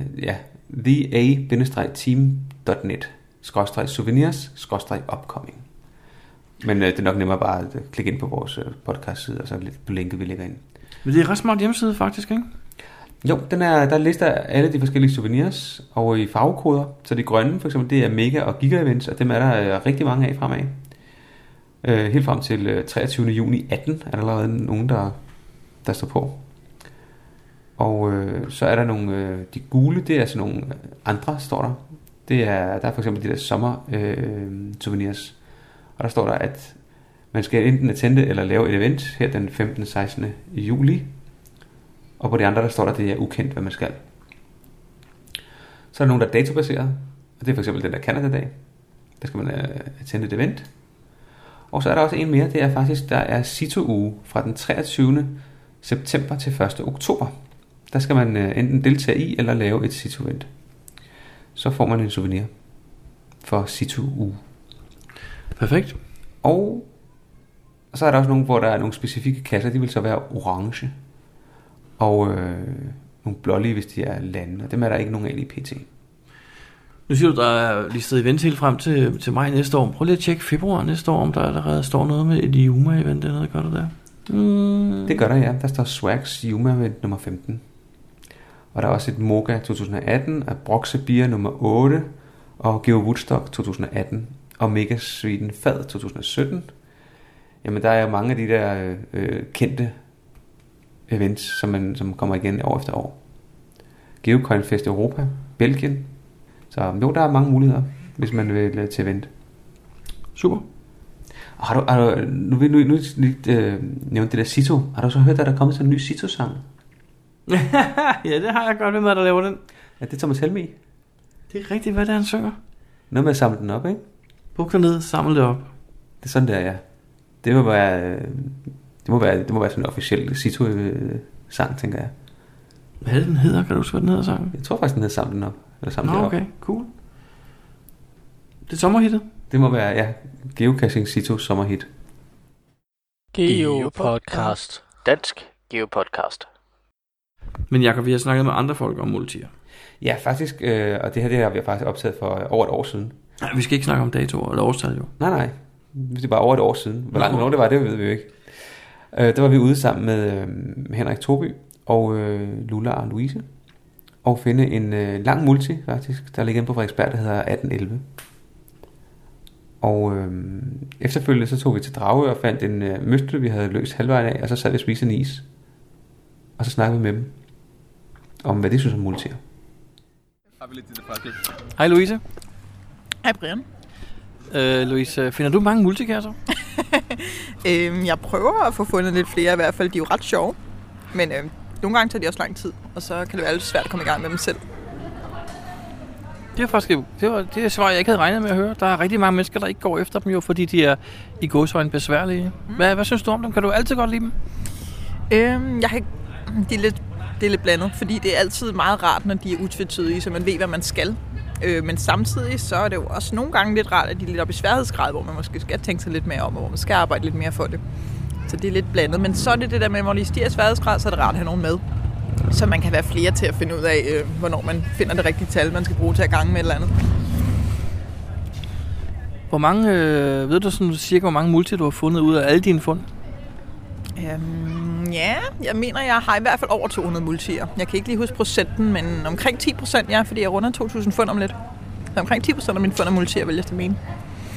Speaker 1: thea-team.net /souvenirs/upcoming. Men det er nok nemmere bare at klikke ind på vores podcast side, og så lidt på linket, vi lægger ind.
Speaker 2: Men det er ret smart hjemmeside faktisk, ikke?
Speaker 1: Jo, der lister alle de forskellige souvenirs, og i farvekoder. Så de grønne, for eksempel, det er mega og giga events, og dem er der rigtig mange af fremad. Helt frem til 23. juni 18 er der allerede nogen, der står på. Og så er der nogle, de gule, det er sådan nogle andre, står der. Der er for eksempel de der sommer souvenirs. Og der står der, at man skal enten attende eller lave et event her den 15. 16. juli. Og på de andre, der står der, at det er ukendt, hvad man skal. Så er der nogen, der er datobaseret. Og det er for eksempel den der Canada-dag. Der skal man attende et event. Og så er der også en mere, det er faktisk, der er CITO-uge fra den 23. september til 1. oktober. Der skal man enten deltage i eller lave et CITO-event. Så får man en souvenir for CITO-uge.
Speaker 2: Perfekt.
Speaker 1: Og så er der også nogle, hvor der er nogle specifikke kasser, de vil så være orange. Og nogle blålige, hvis de er lande. Og dem er der ikke nogen af i PT.
Speaker 2: Nu siger du, der er listet event helt frem til maj næste år. Prøv lige at tjekke februar næste år, om der allerede står noget med et Yuma-event eller noget, gør der der?
Speaker 1: Det gør der, ja. Der står Swags Yuma-event nummer 15. Og der er også et Moga 2018, af Broxe Beer nummer 8, og Geo Woodstock 2018, og Mega Sweden Fad 2017. Jamen, der er mange af de der kendte events, som kommer igen år efter år. Geocoin Fest Europa, Belgien. Så jo, der er mange muligheder, hvis man vil til event.
Speaker 2: Super.
Speaker 1: Og har du nu nævnt det der Cito. Har du så hørt, at der er kommet sådan en ny Cito-sang?
Speaker 2: Ja, det har jeg godt ved med, der laver den.
Speaker 1: Ja, det er Thomas Helmig.
Speaker 2: Det er rigtigt, hvad det er, han synger.
Speaker 1: Noget med at samle den op, ikke?
Speaker 2: Buk derned, samle det op.
Speaker 1: Det er sådan der, ja. Det må være sådan en officiel Cito-sang, tænker jeg.
Speaker 2: Hvad er det, den hedder? Kan du huske, hvad den hedder, sangen?
Speaker 1: Jeg tror faktisk, den hedder Samle den op. Eller Samle
Speaker 2: det op. Okay, cool. Det er sommerhittet.
Speaker 1: Det må være, ja, Geocaching Cito sommerhit.
Speaker 4: Geopodcast. Dansk Geopodcast.
Speaker 2: Men Jacob, vi har snakket med andre folk om multier.
Speaker 1: Ja, faktisk, og det har vi faktisk optaget for over et år siden.
Speaker 2: Nej, vi skal ikke snakke om datoer eller årstal, jo.
Speaker 1: Nej. Det er bare over et år siden. Hvor langt det var, det ved vi jo ikke. Der var vi ude sammen med Henrik Torby og Lula og Louise. Og finde en lang multi, faktisk, der ligger inde på Frederiksberg, der hedder 1811. Og efterfølgende så tog vi til Dragør og fandt en møstel, vi havde løst halvvejen af, og så sad vi og spiste en is. Og så snakkede vi med dem om, hvad de synes om multier.
Speaker 2: Hej Louise.
Speaker 7: Hej Brian.
Speaker 2: Louise, finder du mange multikasser?
Speaker 7: Jeg prøver at få fundet lidt flere i hvert fald. De er jo ret sjove. Men nogle gange tager de også lang tid, og så kan det være lidt svært at komme i gang med dem selv.
Speaker 2: Det er faktisk det svar, jeg ikke havde regnet med at høre. Der er rigtig mange mennesker, der ikke går efter dem jo, fordi de er i gåseøjne besværlige. Hvad synes du om dem? Kan du altid godt lide dem?
Speaker 7: Det er lidt blandet, fordi det er altid meget rart, når de er utvetydige, så man ved, hvad man skal. Men samtidig så er det jo også nogle gange lidt rart, at de er lidt op i sværhedsgrad, hvor man måske skal tænke sig lidt mere om, og hvor man skal arbejde lidt mere for det. Så det er lidt blandet. Men så er det der med, at når de stiger i sværhedsgrad, så er det rart at have nogen med. Så man kan være flere til at finde ud af, hvornår man finder det rigtige tal, man skal bruge til at gange med et eller andet.
Speaker 2: Hvor mange, ved du sådan cirka, hvor mange multi du har fundet ud af alle dine fund?
Speaker 7: Ja, jeg mener, jeg har i hvert fald over 200 multier. Jeg kan ikke lige huske procenten, men omkring 10%, ja, fordi jeg runder 2.000 fund om lidt. Så omkring 10% af mine fund af multier, vil jeg til mene.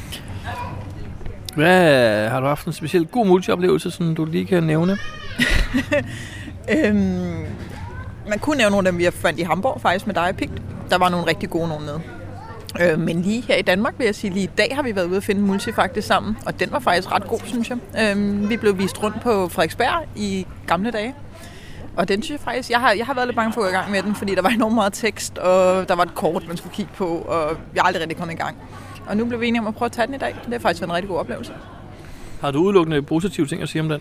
Speaker 2: Hvad har du haft en specielt god multioplevelse, som du lige kan nævne?
Speaker 7: Man kunne nævne nogle af dem, vi fandt i Hamburg faktisk med dig, Pigt. Der var nogle rigtig gode nogle med. Men lige her i Danmark, vil jeg sige, lige i dag har vi været ude at finde multi faktisk sammen. Og den var faktisk ret god, synes jeg. Vi blev vist rundt på Frederiksberg i gamle dage. Og den synes jeg faktisk, jeg har været lidt bange for at gå i gang med den, fordi der var enormt meget tekst, og der var et kort, man skulle kigge på, og jeg har aldrig rigtig kommet i gang. Og nu blev vi enige om at prøve at tage den i dag. Det har faktisk været en rigtig god oplevelse.
Speaker 2: Har du udelukkende positive ting at sige om den?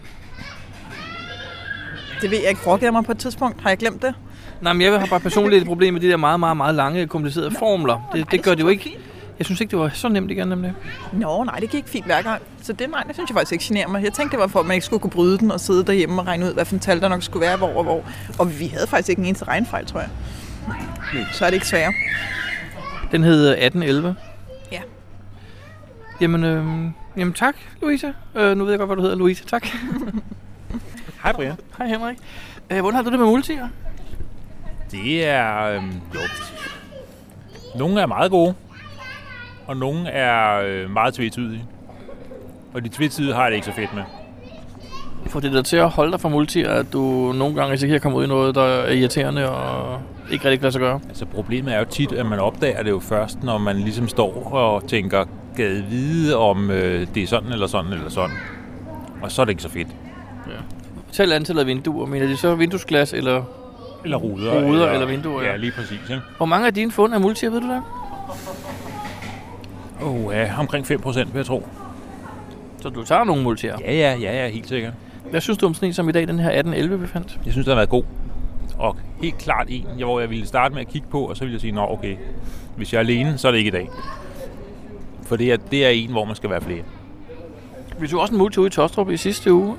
Speaker 7: Det ved jeg ikke. Foregiver mig på et tidspunkt. Har jeg glemt det?
Speaker 2: Nej, men jeg har bare personligt et problem med de der meget, meget, meget lange, komplicerede formler. Det gør det jo ikke. Jeg synes ikke, det var så nemt igen, nemlig.
Speaker 7: Nå, nej, det gik fint hver gang. Så det synes jeg faktisk ikke generer mig. Jeg tænkte, det var for, at man ikke skulle kunne bryde den og sidde derhjemme og regne ud, hvad for en tal der nok skulle være, hvor og hvor. Og vi havde faktisk ikke en eneste regnfejl, tror jeg. Så er det ikke sværere.
Speaker 2: Den hed 1811.
Speaker 7: Ja.
Speaker 2: Jamen tak, Louise. Nu ved jeg godt, hvad du hedder, Louise. Tak.
Speaker 8: Hej, Brian.
Speaker 2: Hej, Henrik. Hvordan har du det med multier?
Speaker 8: Det er... jo. Nogle er meget gode, og nogle er meget tvetydige. Og de tvetydige har jeg det ikke så fedt med.
Speaker 2: Får det der til at holde dig fra multier, at du nogle gange risikerer at komme ud i noget, der er irriterende og ikke rigtig kan lade sig gøre?
Speaker 8: Altså problemet er jo tit, at man opdager det jo først, når man ligesom står og tænker, gad vide om det er sådan eller sådan eller sådan. Og så er det ikke så fedt.
Speaker 2: Ja. Tæl antallet af vinduer. Mener de så vinduesglas eller
Speaker 8: ruder
Speaker 2: eller vinduer?
Speaker 8: Ja, lige præcis. Ja.
Speaker 2: Hvor mange af dine fund er multier, ved du det?
Speaker 8: Omkring 5%, vil jeg tro.
Speaker 2: Så du tager nogle multier?
Speaker 8: Ja, helt sikkert.
Speaker 2: Hvad synes du om sådan en som i dag, den her 1811 vi fandt?
Speaker 8: Jeg synes, den har været god. Og helt klart en, hvor jeg ville starte med at kigge på, og så ville jeg sige, nå okay, hvis jeg er alene, så er det ikke i dag. For det er en, hvor man skal være flere.
Speaker 2: Vi tog også en multi ude i Tostrup i sidste uge.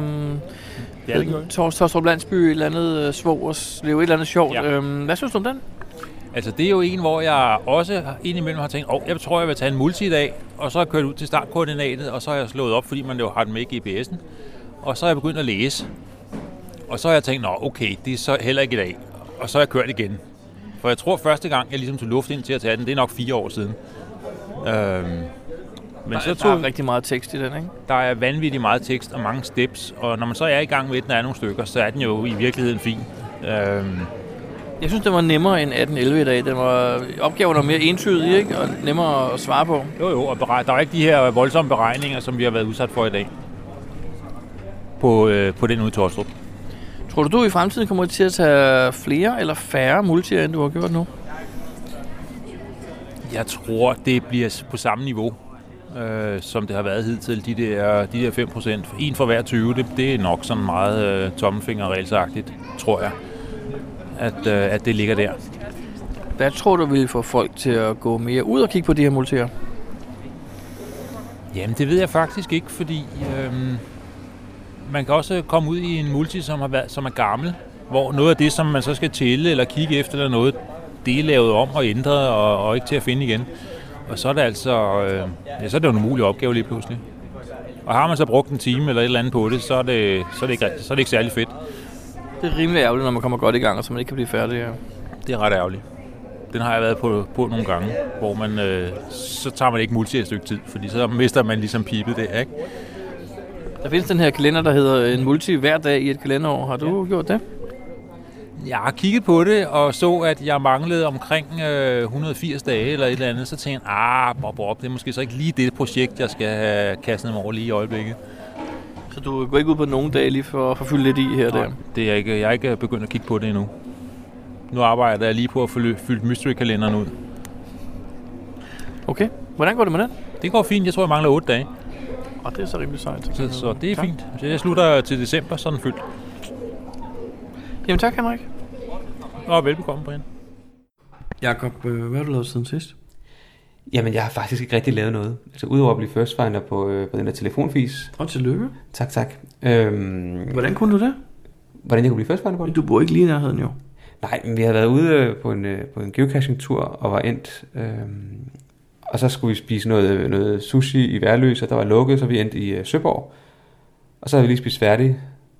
Speaker 2: Tostrup Landsby, et eller andet svogers, det er jo et eller andet sjovt. Ja. Hvad synes du om den?
Speaker 8: Altså det er jo en, hvor jeg også indimellem har tænkt, jeg tror, jeg vil tage en multi i dag, og så har jeg kørt ud til startkoordinatet, og så har jeg slået op, fordi man jo har den med i GPS'en, og så har jeg begyndt at læse. Og så har jeg tænkt, okay, det er så heller ikke i dag, og så har jeg kørt igen. For jeg tror, første gang, jeg ligesom tog luft ind til at tage den, det er nok 4 år siden. Men
Speaker 2: der er rigtig meget tekst i den, ikke?
Speaker 8: Der er vanvittigt meget tekst og mange steps, og når man så er i gang med den, der er nogle stykker, så er den jo i virkeligheden fin.
Speaker 2: Jeg synes, det var nemmere end 1811 i dag. Opgaven var mere entydig, ikke? Og nemmere at svare på.
Speaker 8: Jo, og der er ikke de her voldsomme beregninger, som vi har været udsat for i dag. På den ude i Tostrup.
Speaker 2: Tror du i fremtiden kommer til at tage flere eller færre multier, end du har gjort nu?
Speaker 8: Jeg tror, det bliver på samme niveau, som det har været hidtil. De der 5%. En for hver 20, det er nok sådan meget tommelfingerregelsagtigt, tror jeg, at det ligger der.
Speaker 2: Hvad tror du vil få folk til at gå mere ud og kigge på de her multier?
Speaker 8: Jamen, det ved jeg faktisk ikke, fordi man kan også komme ud i en multi, som er gammel, hvor noget af det, som man så skal tælle eller kigge efter, eller noget, det er lavet om og ændret og ikke til at finde igen. Og så er det altså så er det jo en umulig opgave lige pludselig. Og har man så brugt en time eller et eller andet på det, så er det ikke særlig fedt.
Speaker 2: Det er rimelig ærgerligt, når man kommer godt i gang, og så man ikke kan blive færdig. Ja.
Speaker 8: Det er ret ærgerligt. Den har jeg været på nogle gange, hvor man så tager man ikke multi et stykke tid, fordi så mister man ligesom pibet der, ikke?
Speaker 2: Der findes den her kalender, der hedder en multi hver dag i et kalenderår. Har du gjort det?
Speaker 8: Jeg har kigget på det og så, at jeg manglede omkring 180 dage eller et eller andet. Så tænkte jeg, det er måske så ikke lige det projekt, jeg skal have kastet mig over lige i øjeblikket.
Speaker 2: Så du går ikke ud på nogle dage lige for at fylde lidt i her og der?
Speaker 8: Det er ikke. Jeg er ikke begyndt at kigge på det endnu. Nu arbejder jeg lige på at fylde mystery-kalenderen ud.
Speaker 2: Okay. Hvordan går det med den?
Speaker 8: Det går fint. Jeg tror, jeg mangler 8 dage.
Speaker 2: Og det er så rimelig sejt.
Speaker 8: Så det er fint. Så jeg slutter til december, så er den fyldt.
Speaker 2: Jamen tak, Henrik.
Speaker 8: Velbekomme, Brian.
Speaker 2: Jakob, hvad har du lavet siden sidst?
Speaker 1: Jamen, jeg har faktisk ikke rigtig lavet noget. Altså, udover at blive first finder på den der telefonfis.
Speaker 2: Og tillykke.
Speaker 1: Tak.
Speaker 2: Hvordan kunne du det?
Speaker 1: Hvordan jeg kunne blive first finder på det?
Speaker 2: Du bor ikke lige i nærheden, jo.
Speaker 1: Nej, men vi har været ude på en geocaching-tur og var endt. Og så skulle vi spise noget sushi i Værløs, og der var lukket, så vi endte i Søborg. Og så havde vi lige spist færdigt.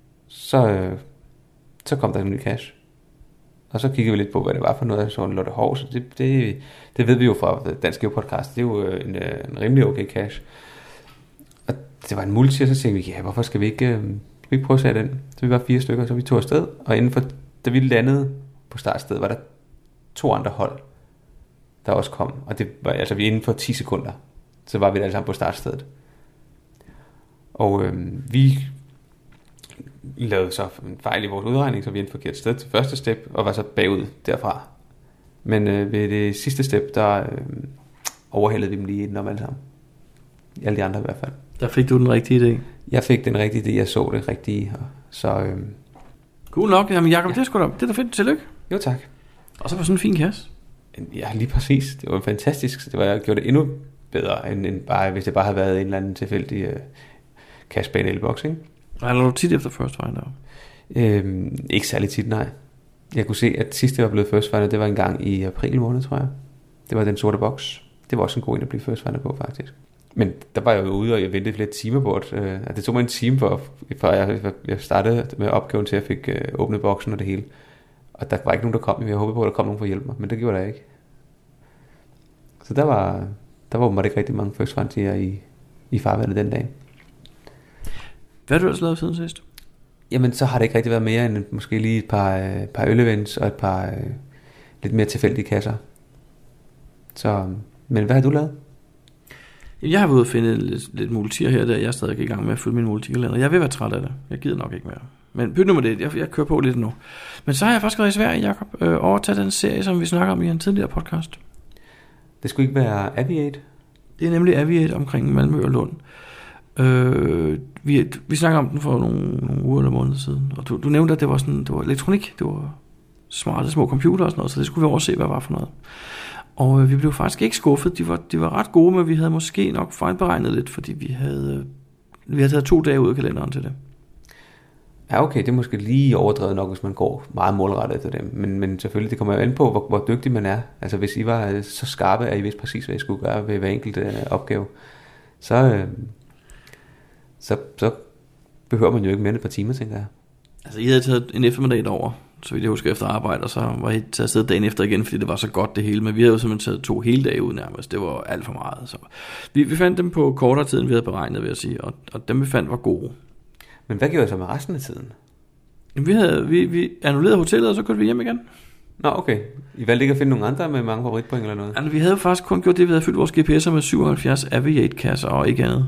Speaker 1: Så kom der en ny cache. Og så kiggede vi lidt på, hvad det var for noget, så Lotte Hov. Så det ved vi jo fra Dansk Geopodcast. Det er jo en rimelig okay cache. Og det var en multi, og så tænkte vi, hvorfor skal vi ikke prøve at sætte den? Så vi var 4 stykker, så vi tog afsted. Og inden for da vi landede på startstedet, var der 2 andre hold, der også kom. Og det var, altså vi inden for 10 sekunder, så var vi alle sammen på startstedet. Og vi lavede så en fejl i vores udregning, så vi endte forkert sted til første step, og var så bagud derfra. Men ved det sidste step, der overhældede vi dem lige indenom alle sammen. Alle de andre i hvert fald.
Speaker 2: Der fik du den rigtige idé?
Speaker 1: Jeg fik den rigtige idé, jeg så det rigtige. Så,
Speaker 2: cool nok. Jamen Jacob, det er da fedt. Tillykke.
Speaker 1: Jo, tak.
Speaker 2: Og så var sådan en fin kasse.
Speaker 1: Ja, lige præcis. Det var fantastisk. Jeg gjorde det endnu bedre, end bare, hvis det bare havde været en eller anden tilfældig cash bag en elbox, ikke?
Speaker 2: Nej, eller du tit efter first finder?
Speaker 1: Ikke særlig tit, nej. Jeg kunne se, at sidst jeg var blevet first finder, det var en gang i april måned, tror jeg. Det var den sorte boks. Det var også en god en at blive first finder på, faktisk. Men der var jeg jo ude, og jeg ventede flere timer på det. Det tog mig en time, før jeg startede med opgaven til, at jeg fik åbnet boksen og det hele. Og der var ikke nogen, der kom. Jeg håbede på, at der kom nogen for at hjælpe mig, men det gjorde der ikke. Så der var åbenbart ikke rigtig mange first finder i farvandet den dag.
Speaker 2: Hvad har du ellers lavet siden sidst?
Speaker 1: Jamen, så har det ikke rigtig været mere end måske lige et par øl-events og et par lidt mere tilfældige kasser. Så, men hvad har du lavet?
Speaker 2: Jeg har været ude at finde lidt multier her, der jeg er stadig i gang med at fylde min multikalender. Jeg vil være træt af det. Jeg gider nok ikke mere. Men pyt nu med det. Jeg kører på lidt nu. Men så har jeg faktisk været i Sverige, Jacob, overtaget den serie, som vi snakker om i en tidligere podcast.
Speaker 1: Det skulle ikke være Aviate?
Speaker 2: Det er nemlig Aviate omkring Malmø og Lund. Vi snakker om den for nogle uger eller måneder siden. Og du nævnte, at det var elektronik. Det var smarte små computer og sådan noget, så det skulle vi overse, hvad det var for noget. Og vi blev faktisk ikke skuffet. De var ret gode, men vi havde måske nok fejlberegnet lidt, fordi vi havde taget 2 dage ud af kalenderen til det.
Speaker 1: Ja, okay, det er måske lige overdrevet nok, hvis man går meget målrettet efter dem. Men selvfølgelig, det kommer jo an på, hvor dygtig man er. Altså, hvis I var så skarpe, at I vidste præcis, hvad I skulle gøre ved hver enkelt opgave, så behøver man jo ikke mere end et par timer, tænker jeg.
Speaker 2: Altså, I havde taget en eftermiddag derover, så vidt jeg husker, efter arbejde, og så var I taget afsted dagen efter igen, fordi det var så godt det hele. Men vi havde jo simpelthen taget 2 hele dage ud nærmest. Det var alt for meget. Så vi fandt dem på kortere tid, end vi havde beregnet, vil jeg sige. Og dem vi fandt var gode.
Speaker 1: Men hvad gjorde I så med resten af tiden?
Speaker 2: Vi annullerede hotellet, og så kørte vi hjem igen.
Speaker 1: Nå, okay. I valgte ikke at finde nogen andre med mange favoritpoint eller noget?
Speaker 2: Altså, vi havde jo faktisk kun gjort det, vi havde fyldt vores GPS'er med 77 Aviate-kasser og ikke andet.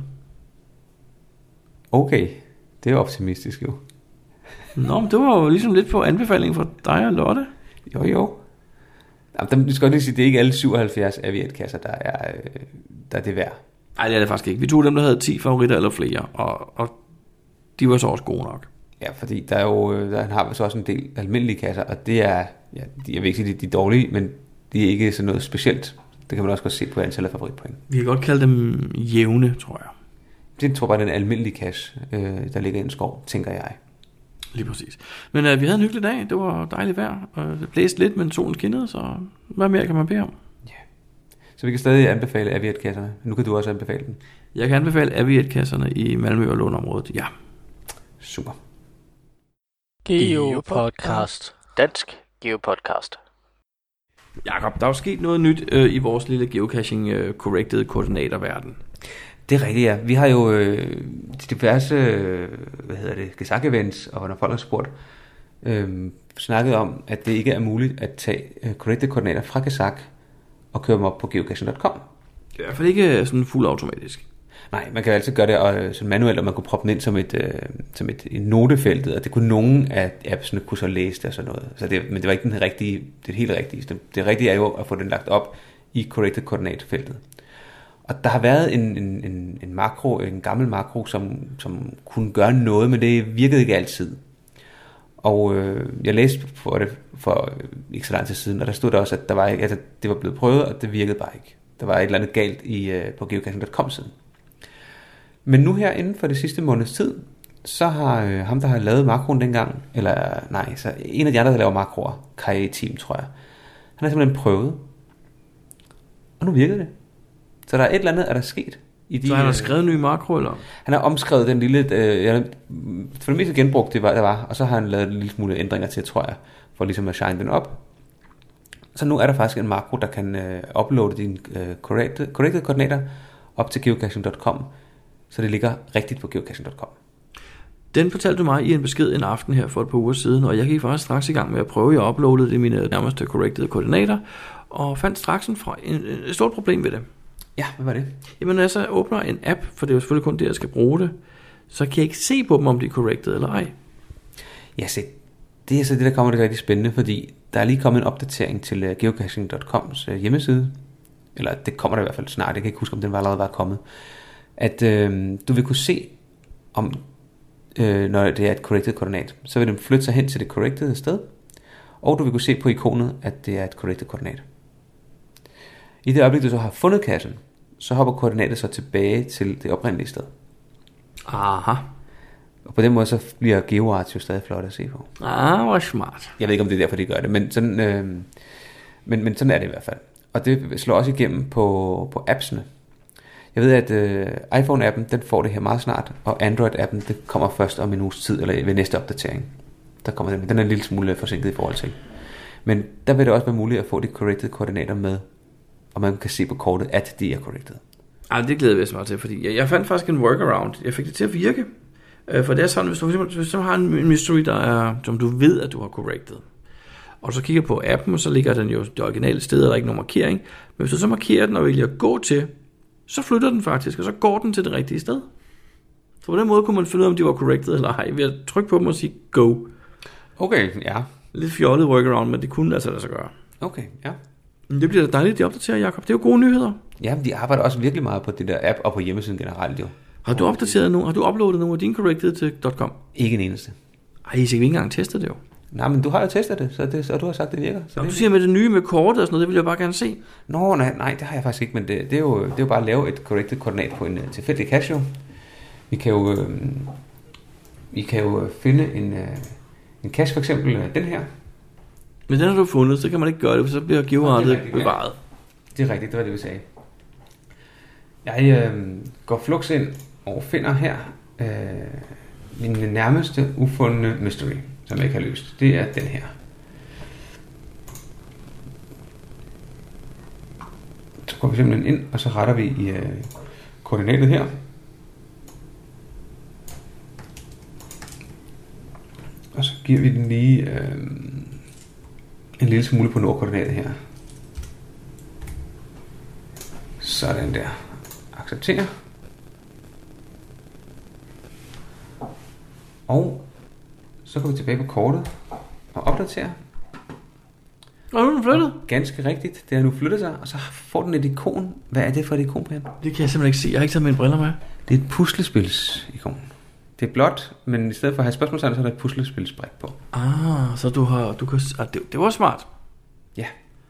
Speaker 1: Okay, det er optimistisk jo.
Speaker 2: Nå, men det var jo ligesom lidt på anbefaling fra dig og Lotte.
Speaker 1: Jo. Jamen, du skal godt lige sige, det er ikke alle 77 Aviate-kasser, der er det værd.
Speaker 2: Nej, det er det faktisk ikke. Vi tog dem, der havde 10 favoritter eller flere, og de var så også gode nok.
Speaker 1: Ja, fordi der har så også en del almindelige kasser, og det er, ja, jeg vil ikke sige, de er dårlige, men de er ikke sådan noget specielt. Det kan man også godt se på antallet af favoritpoint.
Speaker 2: Vi kan godt kalde dem jævne, tror jeg.
Speaker 1: Det tror jeg bare den almindelige kasse, der ligger i en skov, tænker jeg.
Speaker 2: Lige præcis. Men vi havde en hyggelig dag. Det var dejligt vejr, og det blæste lidt, men solen skinnede, så hvad mere kan man bede om?
Speaker 1: Ja. Så vi kan stadig anbefale Aviate-kasserne. Nu kan du også anbefale dem.
Speaker 2: Jeg kan anbefale Aviate-kasserne i Malmø og Lund-området, ja.
Speaker 1: Super.
Speaker 4: Geopodcast. Dansk Geopodcast.
Speaker 2: Jakob, der er jo sket noget nyt i vores lille geocaching corrected koordinatorverden.
Speaker 1: Det er rigtigt, ja. Vi har jo diverse Gesak-events, og når folk har spurgt, snakket om, at det ikke er muligt at tage corrected koordinater fra Gesak og køre dem op på geocaching.com.
Speaker 2: Det er i hvert fald ikke sådan fuld automatisk.
Speaker 1: Nej, man kan altid gøre det sådan manuelt, og man kunne proppe den ind som et notefeltet, og det kunne nogen af appsene kunne så læse det og sådan noget. Så men det var ikke det helt rigtige. Det rigtige er jo at få den lagt op i corrected koordinatfeltet. Og der har været en makro, en gammel makro, som kunne gøre noget, men det virkede ikke altid. Og jeg læste for det for ikke så lang tid siden, og der stod der også, at det var blevet prøvet, og det virkede bare ikke. Der var et eller andet galt på geocaching.com-siden. Men nu her inden for det sidste måneds tid, så har ham, der har lavet makroen dengang, så en af de andre, der laver makroer, Kai Team, tror jeg, han har simpelthen prøvet, og nu virkede det. Så der er et eller andet, der er sket.
Speaker 2: Så han har skrevet en ny makro, eller?
Speaker 1: Han har omskrevet den lille, for det meste genbrugt, der var, og så har han lavet en lille smule ændringer til, tror jeg, for ligesom at shine den op. Så nu er der faktisk en makro, der kan uploade dine corrected koordinater op til geocaching.com, så det ligger rigtigt på geocaching.com.
Speaker 9: Den fortalte du mig i en besked en aften her for et par uger siden, og jeg gik faktisk straks i gang med at prøve. Jeg uploadede det i mine nærmeste corrected koordinater, og fandt straks et stort problem ved det.
Speaker 1: Ja, hvad var det?
Speaker 9: Jamen, når jeg så åbner en app, for det er jo selvfølgelig kun det, jeg skal bruge det, så kan jeg ikke se på dem, om de er corrected eller ej.
Speaker 1: Ja, se, det er så det, der kommer det rigtig spændende, fordi der er lige kommet en opdatering til geocaching.coms hjemmeside, eller det kommer der i hvert fald snart, jeg kan ikke huske, om den allerede var kommet, at du vil kunne se, om når det er et corrected koordinat, så vil den flytte sig hen til det corrected sted, og du vil kunne se på ikonet, at det er et corrected koordinat. I det øjeblik, du så har fundet cachen, så hopper koordinatet så tilbage til det oprindelige sted.
Speaker 9: Aha.
Speaker 1: Og på den måde, så bliver GeoArts jo stadig flot at se på.
Speaker 9: Hvor smart.
Speaker 1: Jeg ved ikke, om det er derfor, de gør det, men sådan, men sådan er det i hvert fald. Og det slår også igennem på appsene. Jeg ved, at iPhone-appen, den får det her meget snart, og Android-appen, det kommer først om en uges tid, eller ved næste opdatering. Der kommer den er en lille smule forsinket i forhold til. Men der vil det også være muligt at få de corrected koordinater med, og man kan se på kortet, at de er corrected.
Speaker 9: Det glæder jeg mig til, fordi jeg fandt faktisk en workaround. Jeg fik det til at virke. For det er sådan, hvis du har en mystery, der er, som du ved, at du har corrected, og du så kigger på appen, og så ligger den jo det originale sted, og der er ikke nogen markering. Men hvis du så markerer den og vælger at gå til, så flytter den faktisk, og så går den til det rigtige sted. Så på den måde kunne man finde ud af, om de var corrected eller ej, ved at trykke på dem og sige go.
Speaker 1: Okay, ja.
Speaker 9: Lidt fjollet workaround, men det kunne altså lade sig gøre.
Speaker 1: Okay, ja.
Speaker 9: Men det bliver da dejligt, de opdaterer, Jacob. Det er jo gode nyheder.
Speaker 1: Ja, de arbejder også virkelig meget på det der app og på hjemmesiden generelt jo.
Speaker 9: Har du opdateret nogen? Har du uploadet nogle af dine corrected til .com?
Speaker 1: Ikke en eneste.
Speaker 9: Ej, I skal ikke engang teste det jo.
Speaker 1: Nej, men du har jo testet det, så du har sagt, det virker. Så
Speaker 9: du siger med det nye med kortet og sådan noget, det vil jeg bare gerne se.
Speaker 1: Nå, nej, det har jeg faktisk ikke, men det er jo bare at lave et corrected koordinat på en tilfældig cache. Vi kan jo finde en cache, for eksempel den her.
Speaker 9: Men den har du fundet, så kan man ikke gøre det, for så bliver GeoArtet bevaret.
Speaker 1: Det er rigtigt, det var det, vi sagde. Jeg går flux ind og finder her min nærmeste ufundne mystery, som jeg ikke har løst. Det er den her. Så går vi simpelthen ind, og så retter vi i koordinatet her. Og så giver vi den lige en lille smule på nordkoordinatet her. Sådan der. Acceptere. Og så går vi tilbage på kortet og opdaterer.
Speaker 9: Og nu er den flyttet.
Speaker 1: Ganske rigtigt. Det har nu flyttet sig, og så får den et ikon. Hvad er det for et ikon, Brian?
Speaker 9: Det kan jeg simpelthen ikke se. Jeg har ikke taget mine briller med.
Speaker 1: Det er et puslespilsikon. Det er blåt, men i stedet for at have spørgsmålstegn, så er der et puslespilsbrik på.
Speaker 9: Så det var smart.
Speaker 1: Ja.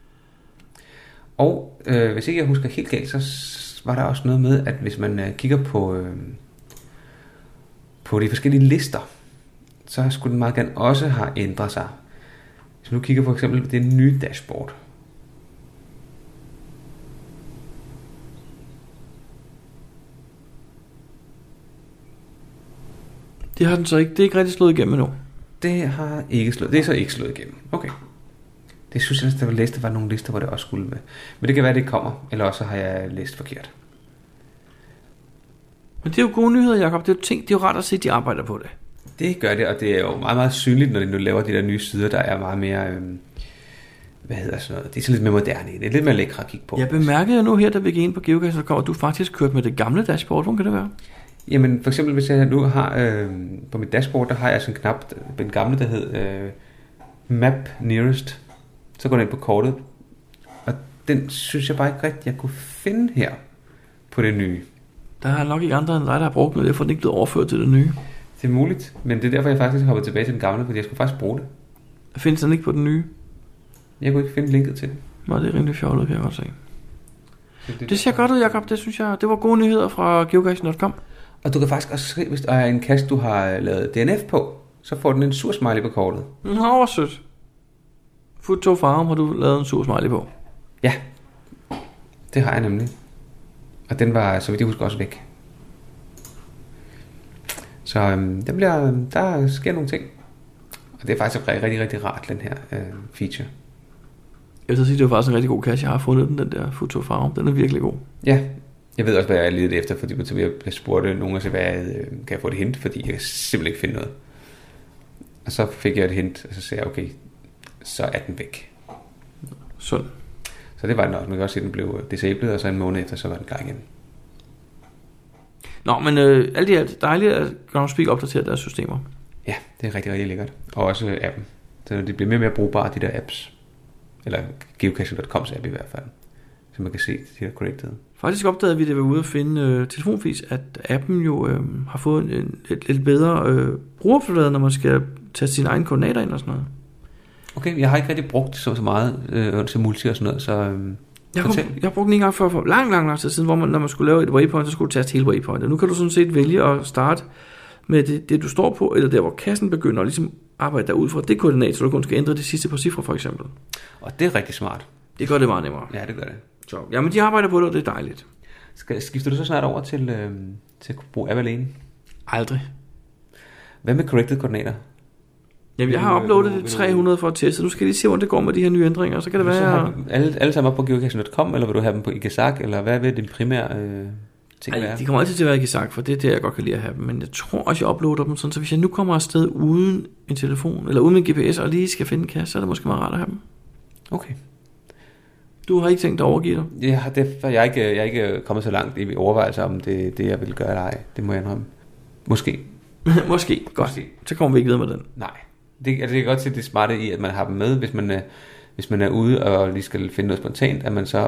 Speaker 1: Og hvis ikke jeg husker helt galt, så var der også noget med, at hvis man kigger på de forskellige lister, så skulle den meget gerne også have ændret sig. Hvis man nu kigger på for eksempel det nye dashboard.
Speaker 9: Det har den så ikke. Det er ikke rigtig slået igennem endnu.
Speaker 1: Det er så ikke slået igennem. Okay. Det synes jeg, der var nogle lister, hvor det også skulle med. Men det kan være, at det kommer, eller også har jeg læst forkert.
Speaker 9: Men det er jo gode nyheder, Jacob. Det er jo rart at se, at de arbejder på det.
Speaker 1: Det gør det, og det er jo meget, meget synligt, når de nu laver de der nye sider, der er meget mere, hvad hedder sådan noget, det er så lidt mere moderne. Det er lidt mere lækre at kigge på.
Speaker 9: Jeg bemærkede jo nu her, da vi gik ind på Geocaching.com, at du faktisk kørte med det gamle dashboard. Hvordan kan det være?
Speaker 1: Jamen, for eksempel, hvis jeg nu har, på mit dashboard, der har jeg sådan en knap, den gamle, der hed Map Nearest. Så går den ind på kortet, og den synes jeg bare ikke rigtigt, jeg kunne finde her på det nye.
Speaker 9: Der er nok ikke andre end dig, der har brugt noget, derfor er den ikke blevet overført til det nye.
Speaker 1: Det er muligt, men det er derfor, jeg faktisk har hoppet tilbage til den gamle, fordi jeg skulle faktisk bruge det.
Speaker 9: Findes den ikke på den nye?
Speaker 1: Jeg kunne ikke finde linket til det.
Speaker 9: Nej, det er rimelig fjollet, kan jeg godt se. Det ser godt ud, Jacob. Det synes jeg, det var gode nyheder fra geocaching.com.
Speaker 1: Og du kan faktisk også skrive, hvis der er en cache, du har lavet DNF på, så får den en sur smiley på kortet.
Speaker 9: Nå, hvor sødt. Food Farm har du lavet en sur smiley på.
Speaker 1: Ja, det har jeg nemlig. Og den var, så vidt jeg husker, også væk. Så der sker nogle ting. Og det er faktisk rigtig, rigtig rart, den her feature.
Speaker 9: Jeg vil sige, det var faktisk en rigtig god cache. Jeg har fundet den der Food Farm. Den er virkelig god.
Speaker 1: Ja, Jeg ved også, hvad jeg ledte efter, fordi jeg spurgte nogen, kan jeg få et hint, fordi jeg kan simpelthen ikke finde noget. Og så fik jeg et hint, og så sagde jeg, okay, så er den væk.
Speaker 9: Sådan.
Speaker 1: Så det var nok. Man kan også se, at den blev disabled, og så en måned efter, så var den klar igen.
Speaker 9: Nå, men alt i alt dejligt, at Groundspeak opdaterer deres systemer.
Speaker 1: Ja, det er rigtig, rigtig lækkert. Og også appen. Så det bliver mere og mere brugbare, de der apps. Eller geocaching.coms app i hvert fald. Så man kan se, de der corrected.
Speaker 9: Faktisk opdagede vi, det var ude at finde telefonvis, at appen jo har fået en lidt bedre brugerflade, når man skal tage sine egne koordinater ind og sådan noget.
Speaker 1: Okay, jeg har ikke rigtig brugt så meget til multi og sådan noget, så
Speaker 9: jeg har brugt den en gang for lang tid siden, hvor når man skulle lave et waypoint, så skulle du taste hele waypointet. Nu kan du sådan set vælge at starte med det du står på, eller der hvor kassen begynder at ligesom arbejde derud fra det koordinat, så du kun skal ændre det sidste par cifre for eksempel.
Speaker 1: Og det er rigtig smart.
Speaker 9: Det gør det meget nemmere.
Speaker 1: Ja, det gør det.
Speaker 9: Så, jamen de arbejder på det, og det er dejligt.
Speaker 1: Skifter du så snart over til at bruge app alene?
Speaker 9: Aldrig.
Speaker 1: Hvad med corrected koordinater?
Speaker 9: Jamen jeg har uploadet det 300 for at teste. Nu skal jeg lige se, hvordan det går med de her nye ændringer. Så kan det være...
Speaker 1: Alle sammen op på geocaching.com, eller vil du have dem på Igesak, eller hvad vil din primære ting være?
Speaker 9: De kommer altid til at være Igesak, for det er det, jeg godt kan lide at have dem. Men jeg tror også, jeg uploader dem sådan, så hvis jeg nu kommer afsted uden en telefon, eller uden en GPS, og lige skal finde en kasse, så er det måske meget rart at have dem.
Speaker 1: Okay.
Speaker 9: Du har ikke tænkt at overgive dig?
Speaker 1: Ja, jeg er ikke kommet så langt i overvejelser om det jeg vil gøre eller ej. Det må jeg indrømme. Måske.
Speaker 9: Måske. Godt. Måske. Så kommer vi ikke videre med den.
Speaker 1: Nej. Det kan godt se det smarte i, at man har dem med, hvis man er ude og lige skal finde noget spontant, at man så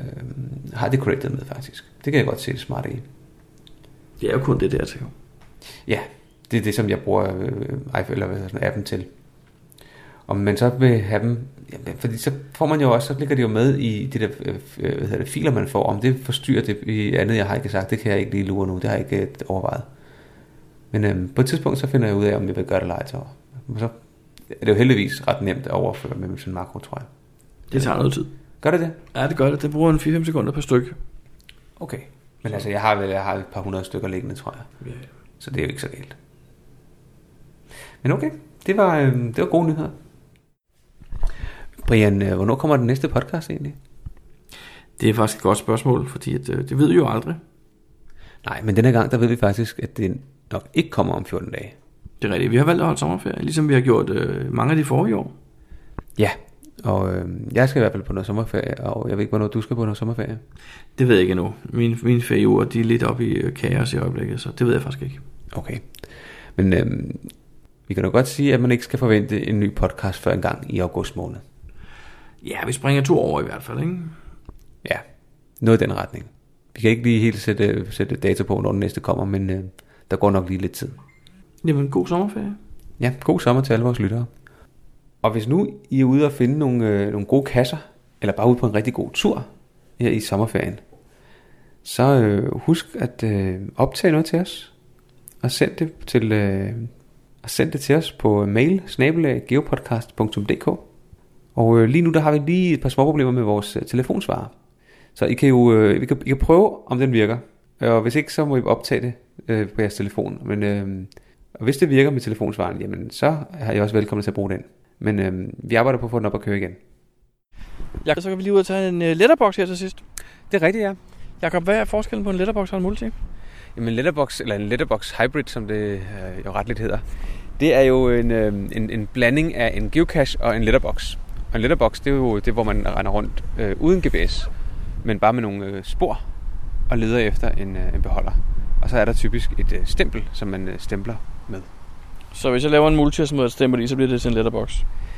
Speaker 1: har det corrected med faktisk. Det kan jeg godt se det smarte i.
Speaker 9: Det er jo kun det der til.
Speaker 1: Ja, det er det, som jeg bruger appen til. Om man så vil have dem, fordi så får man jo også, så ligger det jo med i de der filer, man får. Om det forstyrrer det i andet, jeg har ikke sagt, det kan jeg ikke lige lure nu, det har jeg ikke overvejet. Men på et tidspunkt, så finder jeg ud af, om jeg vil gøre det eller ej. Så er det jo heldigvis ret nemt at overføre med sådan en makro, tror jeg.
Speaker 9: Det tager noget tid.
Speaker 1: Gør det det?
Speaker 9: Ja, det gør det. Det bruger en 4-5 sekunder per stykke.
Speaker 1: Okay. Men altså, jeg har et par 100 stykker liggende, tror jeg. Ja. Så det er jo ikke så galt. Men okay, det var gode nyheder. Brian, hvornår kommer den næste podcast egentlig?
Speaker 9: Det er faktisk et godt spørgsmål, fordi det ved vi jo aldrig.
Speaker 1: Nej, men denne gang, der ved vi faktisk, at det nok ikke kommer om 14 dage.
Speaker 9: Det er rigtigt. Vi har valgt at holde sommerferie, ligesom vi har gjort mange af de forrige år.
Speaker 1: Ja, og jeg skal i hvert fald på noget sommerferie, og jeg ved ikke, hvornår du skal på noget sommerferie.
Speaker 9: Det ved jeg ikke endnu. Mine ferieuger, de er lidt oppe i kaos i øjeblikket, så det ved jeg faktisk ikke.
Speaker 1: Okay. Men vi kan da godt sige, at man ikke skal forvente en ny podcast før en gang i august måned.
Speaker 9: Ja, vi springer 2 år i hvert fald, ikke?
Speaker 1: Ja, noget i den retning. Vi kan ikke lige helt sætte dato på, når den næste kommer, men der går nok lige lidt tid.
Speaker 9: Jamen, god sommerferie.
Speaker 1: Ja, god sommer til alle vores lyttere. Og hvis nu I er ude og finde nogle gode kasser, eller bare ude på en rigtig god tur her i sommerferien, så husk at optage noget til os, og send det til os på mail @geopodcast.dk. Og lige nu der har vi lige et par små problemer med vores telefonsvarer. Så I kan jo I kan prøve, om den virker. Og hvis ikke, så må I optage det på jeres telefon. Men og hvis det virker med telefonsvaren, jamen så er I også velkommen til at bruge den. Men vi arbejder på at få den op at køre igen.
Speaker 2: Så kan vi lige ud og tage en letterbox her til sidst.
Speaker 1: Det er rigtigt, ja.
Speaker 2: Jakob, hvad er forskellen på en letterbox og en multi?
Speaker 1: Jamen en letterbox, eller en letterbox hybrid, som det jo ret lidt hedder, det er jo en blanding af en geocache og en letterbox. Og en letterbox, det er jo det, hvor man render rundt uden GPS, men bare med nogle spor og leder efter en beholder. Og så er der typisk et stempel, som man stempler med.
Speaker 2: Så hvis jeg laver en multi, som et stempel i, så bliver det til en letterbox?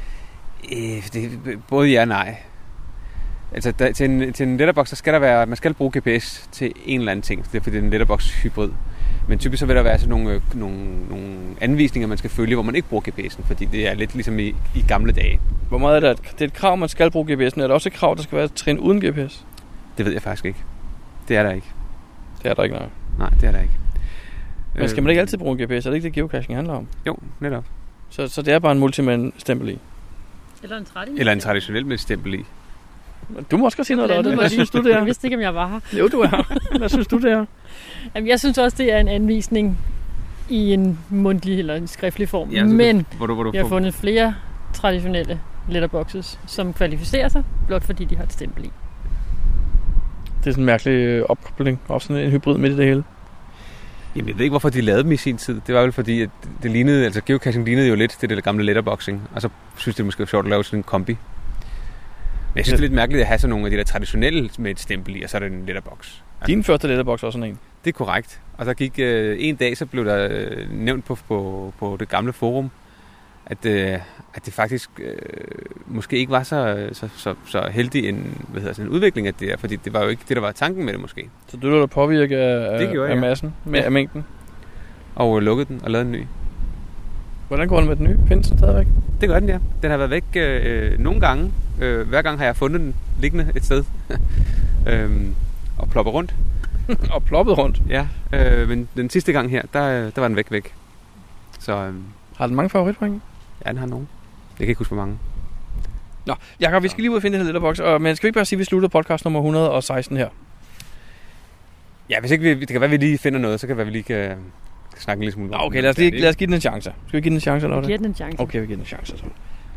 Speaker 1: Det både ja og nej. Altså til en letterbox, så skal der være, man skal bruge GPS til en eller anden ting. Det er fordi det er en letterbox hybrid. Men typisk så vil der være sådan nogle anvisninger, man skal følge, hvor man ikke bruger GPS'en, fordi det er lidt ligesom i gamle dage.
Speaker 2: Hvor meget er det? Det er et krav, man skal bruge GPS'en. Er der også et krav, der skal være et trin uden GPS?
Speaker 1: Det ved jeg faktisk ikke. Det er der ikke.
Speaker 2: Det er der ikke, nej.
Speaker 1: Nej, det er der ikke.
Speaker 2: Men skal man ikke altid bruge en GPS? Er det ikke det, geocaching handler om?
Speaker 1: Jo, netop.
Speaker 2: Så det er bare en multi-man stempel i?
Speaker 3: Eller
Speaker 1: en traditionel med stempel i.
Speaker 2: Du må også godt sige noget der. Hvad synes du, det er?
Speaker 3: Jeg vidste ikke, om jeg var her.
Speaker 2: Jo, du er her. Hvad synes du, det er?
Speaker 3: Jamen, jeg synes også, det er en anvisning i en mundtlig eller en skriftlig form.
Speaker 1: Ja,
Speaker 3: men jeg har fundet flere traditionelle letterboxes, som kvalificerer sig, blot fordi de har et stempel i.
Speaker 2: Det er sådan en mærkelig opkobling. Også sådan en hybrid midt i det hele.
Speaker 1: Jamen, jeg ved ikke, hvorfor de lavede dem i sin tid. Det var vel fordi, at det lignede, altså geocaching lignede jo lidt det der gamle letterboxing. Og så synes det måske var sjovt at lave sådan en kombi. Men jeg synes, det er lidt mærkeligt at have sådan nogle af de der traditionelle med et stempel i, og så er det en letterbox. Altså,
Speaker 2: Din første letterbox var sådan en.
Speaker 1: Det er korrekt. Og så gik en dag, så blev der nævnt på det gamle forum, at det faktisk måske ikke var så heldig en udvikling af det der, fordi det var jo ikke det, der var tanken med det måske.
Speaker 2: Så du lå påvirke af massen, af mængden?
Speaker 1: Og lukkede den og lavede en ny.
Speaker 2: Hvordan går det med den nye? Findes den stadigvæk?
Speaker 1: Det gør den, ja. Den har været væk nogle gange. Hver gang har jeg fundet den liggende et sted. Og ploppet rundt.
Speaker 2: Og ploppet rundt?
Speaker 1: Ja, men den sidste gang her, der var den væk. Så,
Speaker 2: har den mange favoritpoint?
Speaker 1: Ja, den har nogen. Jeg kan ikke huske, hvor mange.
Speaker 2: Nå, Jakob, vi skal lige ud og finde den her letterbox. Men skal vi ikke bare sige, at vi slutter podcast nummer 116 her?
Speaker 1: Ja, hvis ikke det kan være, at vi lige finder noget, så kan det være, at vi lige kan snakke en lille smule.
Speaker 2: Okay, lad os give den en chance. Skal vi give den en chance, eller hvad?
Speaker 3: Giv den en chance.
Speaker 2: Okay, vi giver den en chance, så.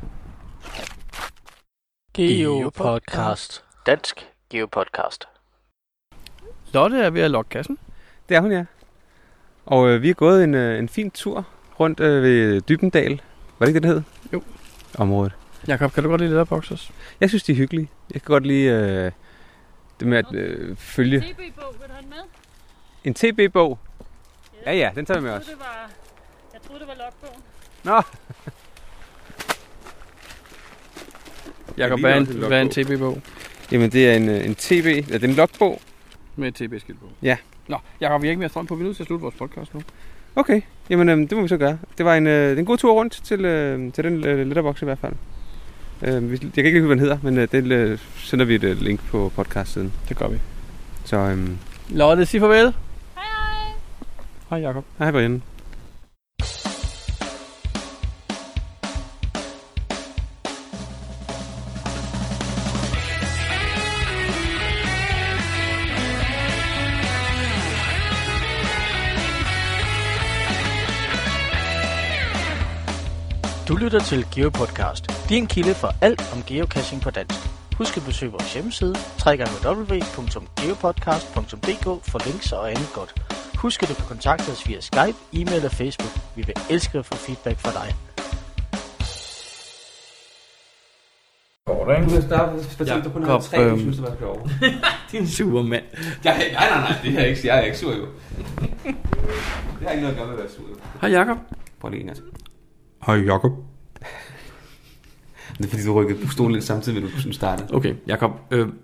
Speaker 4: Geopodcast. Dansk Geopodcast.
Speaker 2: Lotte er ved at lokke kassen.
Speaker 1: Det er hun, ja. Og vi er gået en fin tur rundt ved Dybendal. Var det ikke det hed?
Speaker 2: Jo.
Speaker 1: Området. Jakob,
Speaker 2: kan du godt lide letterboxes?
Speaker 1: Jeg synes, de er hyggelige. Jeg kan godt lide det med at følge...
Speaker 3: En TB-bog, vil du have den med?
Speaker 1: En TB-bog? Ja, den tager vi med os.
Speaker 3: Jeg troede, det var logbogen.
Speaker 1: Nå!
Speaker 2: Jakob, hvad er en TB-bog?
Speaker 1: Jamen, det er en TB... Ja, det er en logbog.
Speaker 2: Med et TB-skilt på?
Speaker 1: Ja.
Speaker 2: Nå, Jakob, vi har ikke mere strøm på. Vi er nødt til at slutte vores podcast nu.
Speaker 1: Okay, jamen det må vi så gøre. Det var en god tur rundt til den letterbox i hvert fald. Jeg kan ikke lide, hvad den hedder, men det sender vi et link på podcast-siden.
Speaker 2: Det gør vi.
Speaker 1: Så
Speaker 2: Lotte, sig farvel.
Speaker 3: Hej.
Speaker 2: Hej Jakob.
Speaker 1: Hej Brian.
Speaker 4: Du lytter til GeoPodcast, din kilde for alt om geocaching på dansk. Husk at besøge vores hjemmeside, www.geopodcast.dk for links og andet godt. Husk at du kan kontakte os via Skype, e-mail og Facebook. Vi vil elske at få feedback fra dig.
Speaker 1: Du kan starte på nummer 3, du synes, det var sjovt.
Speaker 9: Din supermand.
Speaker 1: Nej, det er ikke. Jeg er ikke sur, jo. Det har ikke noget at gøre med at være sur, jo.
Speaker 2: Hej Jakob.
Speaker 1: Prøv lige en altså.
Speaker 2: Hej Jakob.
Speaker 1: Det er fordi, du rykkede på stolen lidt samtidig, med du startede.
Speaker 2: Okay, Jakob.